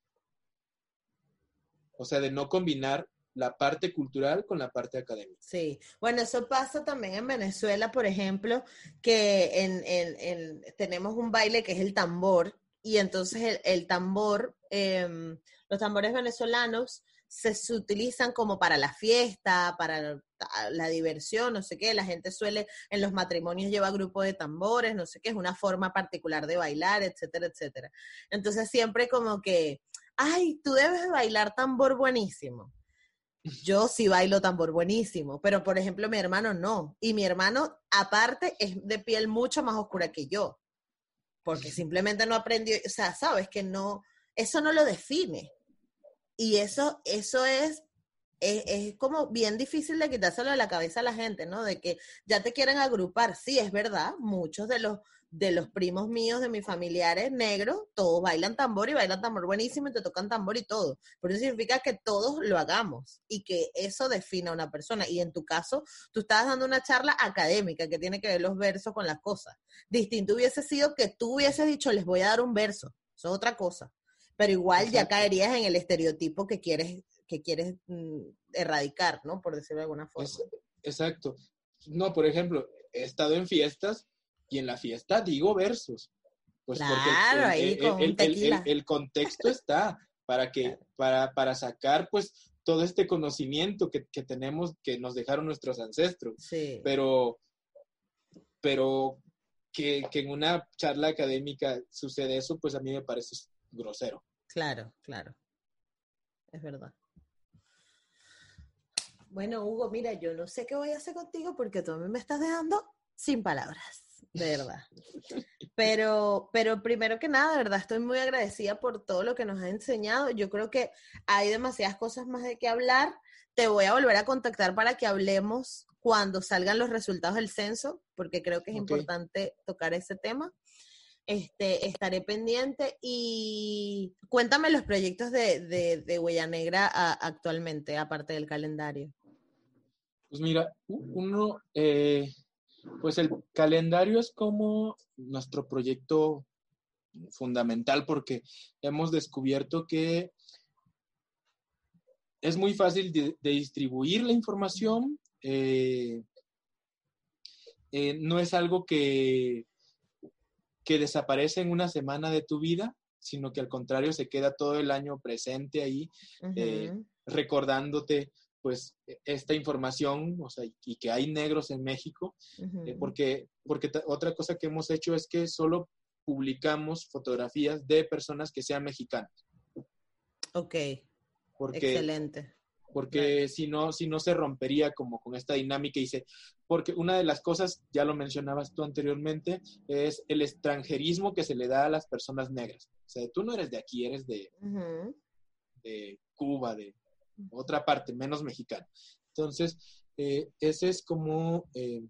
O sea, de no combinar la parte cultural con la parte académica. Sí, bueno, eso pasa también en Venezuela, por ejemplo, que en, en, en, tenemos un baile que es el tambor, y entonces el, el tambor, eh, los tambores venezolanos se, se utilizan como para la fiesta, para la, la diversión, no sé qué, la gente suele, en los matrimonios lleva grupo de tambores, no sé qué, es una forma particular de bailar, etcétera, etcétera. Entonces siempre como que, ay, tú debes bailar tambor buenísimo. Yo sí bailo tambor buenísimo, pero por ejemplo mi hermano no. Y mi hermano, aparte, es de piel mucho más oscura que yo. Porque simplemente no aprendió, o sea, sabes que no, eso no lo define. Y eso, eso es, es, es como bien difícil de quitárselo de la cabeza a la gente, ¿no? De que ya te quieren agrupar. Sí, es verdad, muchos de los de los primos míos, de mis familiares negros, todos bailan tambor y bailan tambor buenísimo y te tocan tambor y todo. Pero eso significa que todos lo hagamos y que eso defina a una persona. Y en tu caso, tú estabas dando una charla académica que tiene que ver los versos con las cosas. Distinto hubiese sido que tú hubieses dicho, les voy a dar un verso. Eso es otra cosa. Pero igual exacto. Ya caerías en el estereotipo que quieres, que quieres mm, erradicar, ¿no? Por decirlo de alguna forma. Es, exacto. No, por ejemplo, he estado en fiestas y en la fiesta digo versos. Pues claro, porque el, ahí el, con el, tequila. El, el, el contexto está para que, claro. para, para sacar pues todo este conocimiento que, que tenemos, que nos dejaron nuestros ancestros. Sí. Pero, pero que, que en una charla académica sucede eso, pues a mí me parece grosero. Claro, claro. Es verdad. Bueno, Hugo, mira, yo no sé qué voy a hacer contigo porque tú a mí me estás dejando sin palabras. de verdad. Pero, pero primero que nada, de verdad, estoy muy agradecida por todo lo que nos has enseñado. Yo creo que hay demasiadas cosas más de qué hablar. Te voy a volver a contactar para que hablemos cuando salgan los resultados del censo, porque creo que es Okay. importante tocar ese tema. Este, estaré pendiente y cuéntame los proyectos de, de, de Huella Negra a, actualmente, aparte del calendario. Pues mira, uno, eh, pues el calendario es como nuestro proyecto fundamental porque hemos descubierto que es muy fácil de, de distribuir la información, eh, eh, no es algo que, que desaparece en una semana de tu vida, sino que al contrario se queda todo el año presente ahí, uh-huh. eh, recordándote pues esta información, o sea, y que hay negros en México, uh-huh. eh, porque, porque t- otra cosa que hemos hecho es que solo publicamos fotografías de personas que sean mexicanas. Ok, porque, excelente. Porque claro. si no, si no se rompería como con esta dinámica y se, porque una de las cosas, ya lo mencionabas tú anteriormente, es el extranjerismo que se le da a las personas negras. O sea, tú no eres de aquí, eres de, uh-huh. de Cuba, de otra parte, menos mexicana. Entonces, eh, ese es como, eh,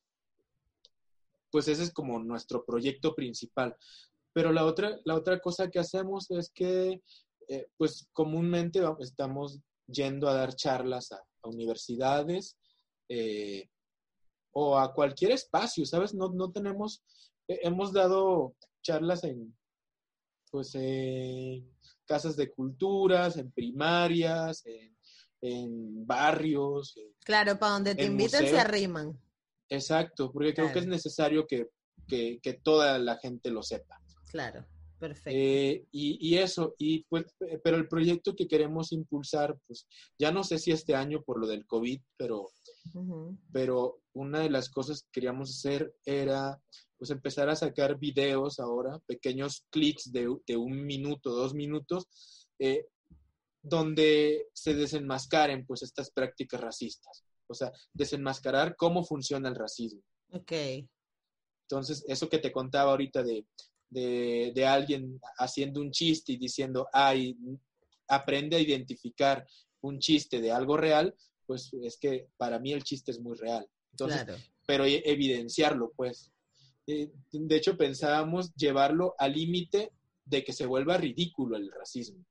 pues ese es como nuestro proyecto principal. Pero la otra, la otra cosa que hacemos es que, eh, pues comúnmente estamos yendo a dar charlas a, a universidades eh, o a cualquier espacio, ¿sabes? No, no tenemos, eh, hemos dado charlas en, pues, en casas de culturas, en primarias, en, en barrios. En, claro, para donde te inviten museos. Se arriman. Exacto, porque claro. creo que es necesario que, que, que toda la gente lo sepa. Claro. Perfecto. Eh, y, y eso, y pues, pero el proyecto que queremos impulsar, pues ya no sé si este año por lo del COVID, pero, uh-huh. pero una de las cosas que queríamos hacer era pues empezar a sacar videos ahora, pequeños clics de, de un minuto, dos minutos, eh, donde se desenmascaren pues estas prácticas racistas. O sea, desenmascarar cómo funciona el racismo. Ok. Entonces, eso que te contaba ahorita de De, de alguien haciendo un chiste y diciendo, ay, aprende a identificar un chiste de algo real, pues es que para mí el chiste es muy real. Entonces, claro. Pero evidenciarlo, pues. Eh, de hecho, pensábamos llevarlo al límite de que se vuelva ridículo el racismo.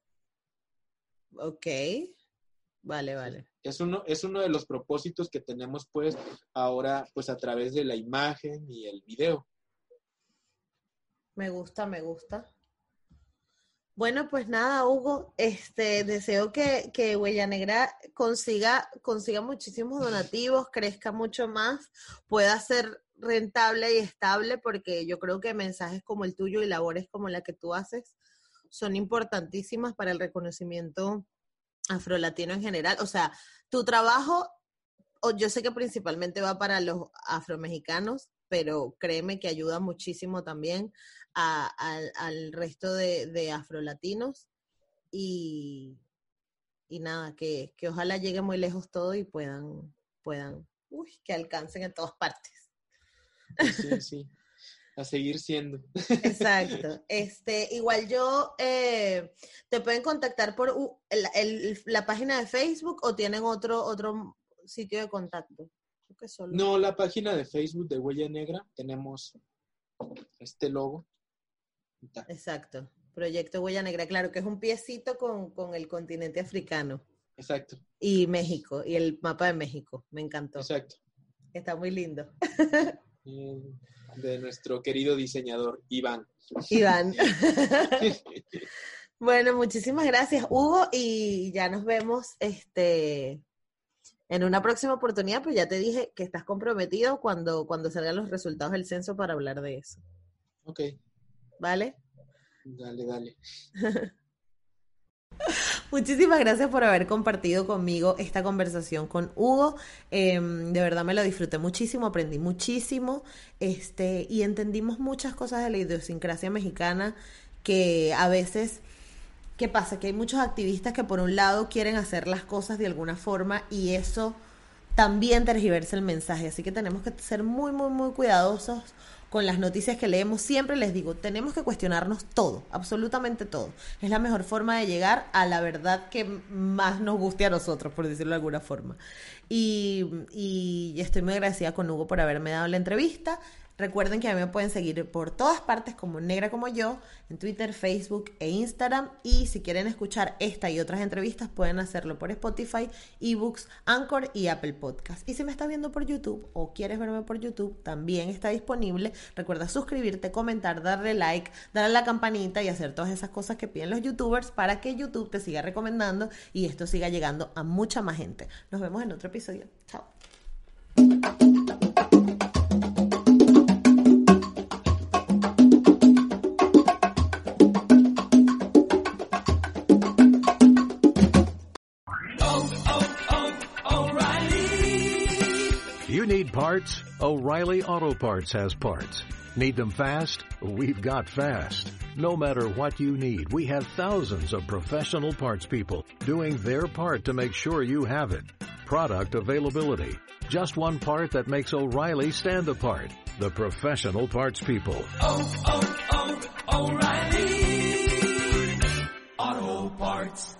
Ok. Vale, vale. Es uno, es uno de los propósitos que tenemos, pues, ahora, pues, a través de la imagen y el video. Me gusta, me gusta. Bueno, pues nada, Hugo, este, deseo que, que Huella Negra consiga, consiga muchísimos donativos, crezca mucho más, pueda ser rentable y estable, porque yo creo que mensajes como el tuyo y labores como la que tú haces son importantísimas para el reconocimiento afrolatino en general. O sea, tu trabajo, yo sé que principalmente va para los afromexicanos, pero créeme que ayuda muchísimo también a, a, al resto de, de afrolatinos y, y nada, que, que ojalá llegue muy lejos todo y puedan, puedan, uy, que alcancen en todas partes. Sí, sí, a seguir siendo. Exacto. Este, igual yo, eh, te pueden contactar por uh, el, el, la página de Facebook o tienen otro, otro sitio de contacto. Que solo... No, la página de Facebook de Huella Negra, tenemos este logo. Exacto, Proyecto Huella Negra, claro, que es un piecito con, con el continente africano. Exacto. Y México, y el mapa de México, me encantó. Exacto. Está muy lindo. De nuestro querido diseñador, Iván. Iván. Bueno, muchísimas gracias, Hugo, y ya nos vemos, este... en una próxima oportunidad, pues ya te dije que estás comprometido cuando, cuando salgan los resultados del censo para hablar de eso. Ok. ¿Vale? Dale, dale. Muchísimas gracias por haber compartido conmigo esta conversación con Hugo. Eh, de verdad me lo disfruté muchísimo, aprendí muchísimo, este, y entendimos muchas cosas de la idiosincrasia mexicana que a veces... ¿Qué pasa? Que hay muchos activistas que por un lado quieren hacer las cosas de alguna forma y eso también tergiversa el mensaje. Así que tenemos que ser muy, muy, muy cuidadosos con las noticias que leemos. Siempre les digo, tenemos que cuestionarnos todo, absolutamente todo. Es la mejor forma de llegar a la verdad que más nos guste a nosotros, por decirlo de alguna forma. Y, y estoy muy agradecida con Hugo por haberme dado la entrevista. Recuerden que a mí me pueden seguir por todas partes como Negra Como Yo, en Twitter, Facebook e Instagram. Y si quieren escuchar esta y otras entrevistas, pueden hacerlo por Spotify, eBooks, Anchor y Apple Podcast. Y si me estás viendo por YouTube o quieres verme por YouTube, también está disponible. Recuerda suscribirte, comentar, darle like, darle a la campanita y hacer todas esas cosas que piden los YouTubers para que YouTube te siga recomendando y esto siga llegando a mucha más gente. Nos vemos en otro episodio. Chao. You need parts? O'Reilly Auto Parts has parts. Need them fast? We've got fast. No matter what you need, we have thousands of professional parts people doing their part to make sure you have it. Product availability. Just one part that makes O'Reilly stand apart. The professional parts people. Oh, oh, oh, O'Reilly Auto Parts.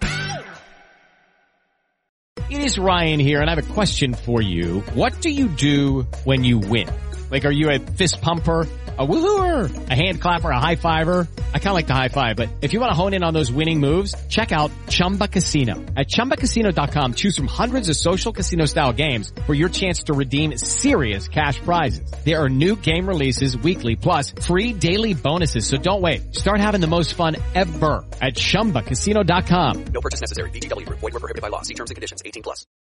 It is Ryan here, and I have a question for you. What do you do when you win? Like, are you a fist pumper, a woohooer, a hand clapper, a high fiver? I kind of like the high five, but if you want to hone in on those winning moves, check out Chumba Casino. At Chumba Casino dot com, choose from hundreds of social casino-style games for your chance to redeem serious cash prizes. There are new game releases weekly, plus free daily bonuses, so don't wait. Start having the most fun ever at Chumba Casino dot com. No purchase necessary. V G W Group. Void where prohibited by law. See terms and conditions. eighteen plus.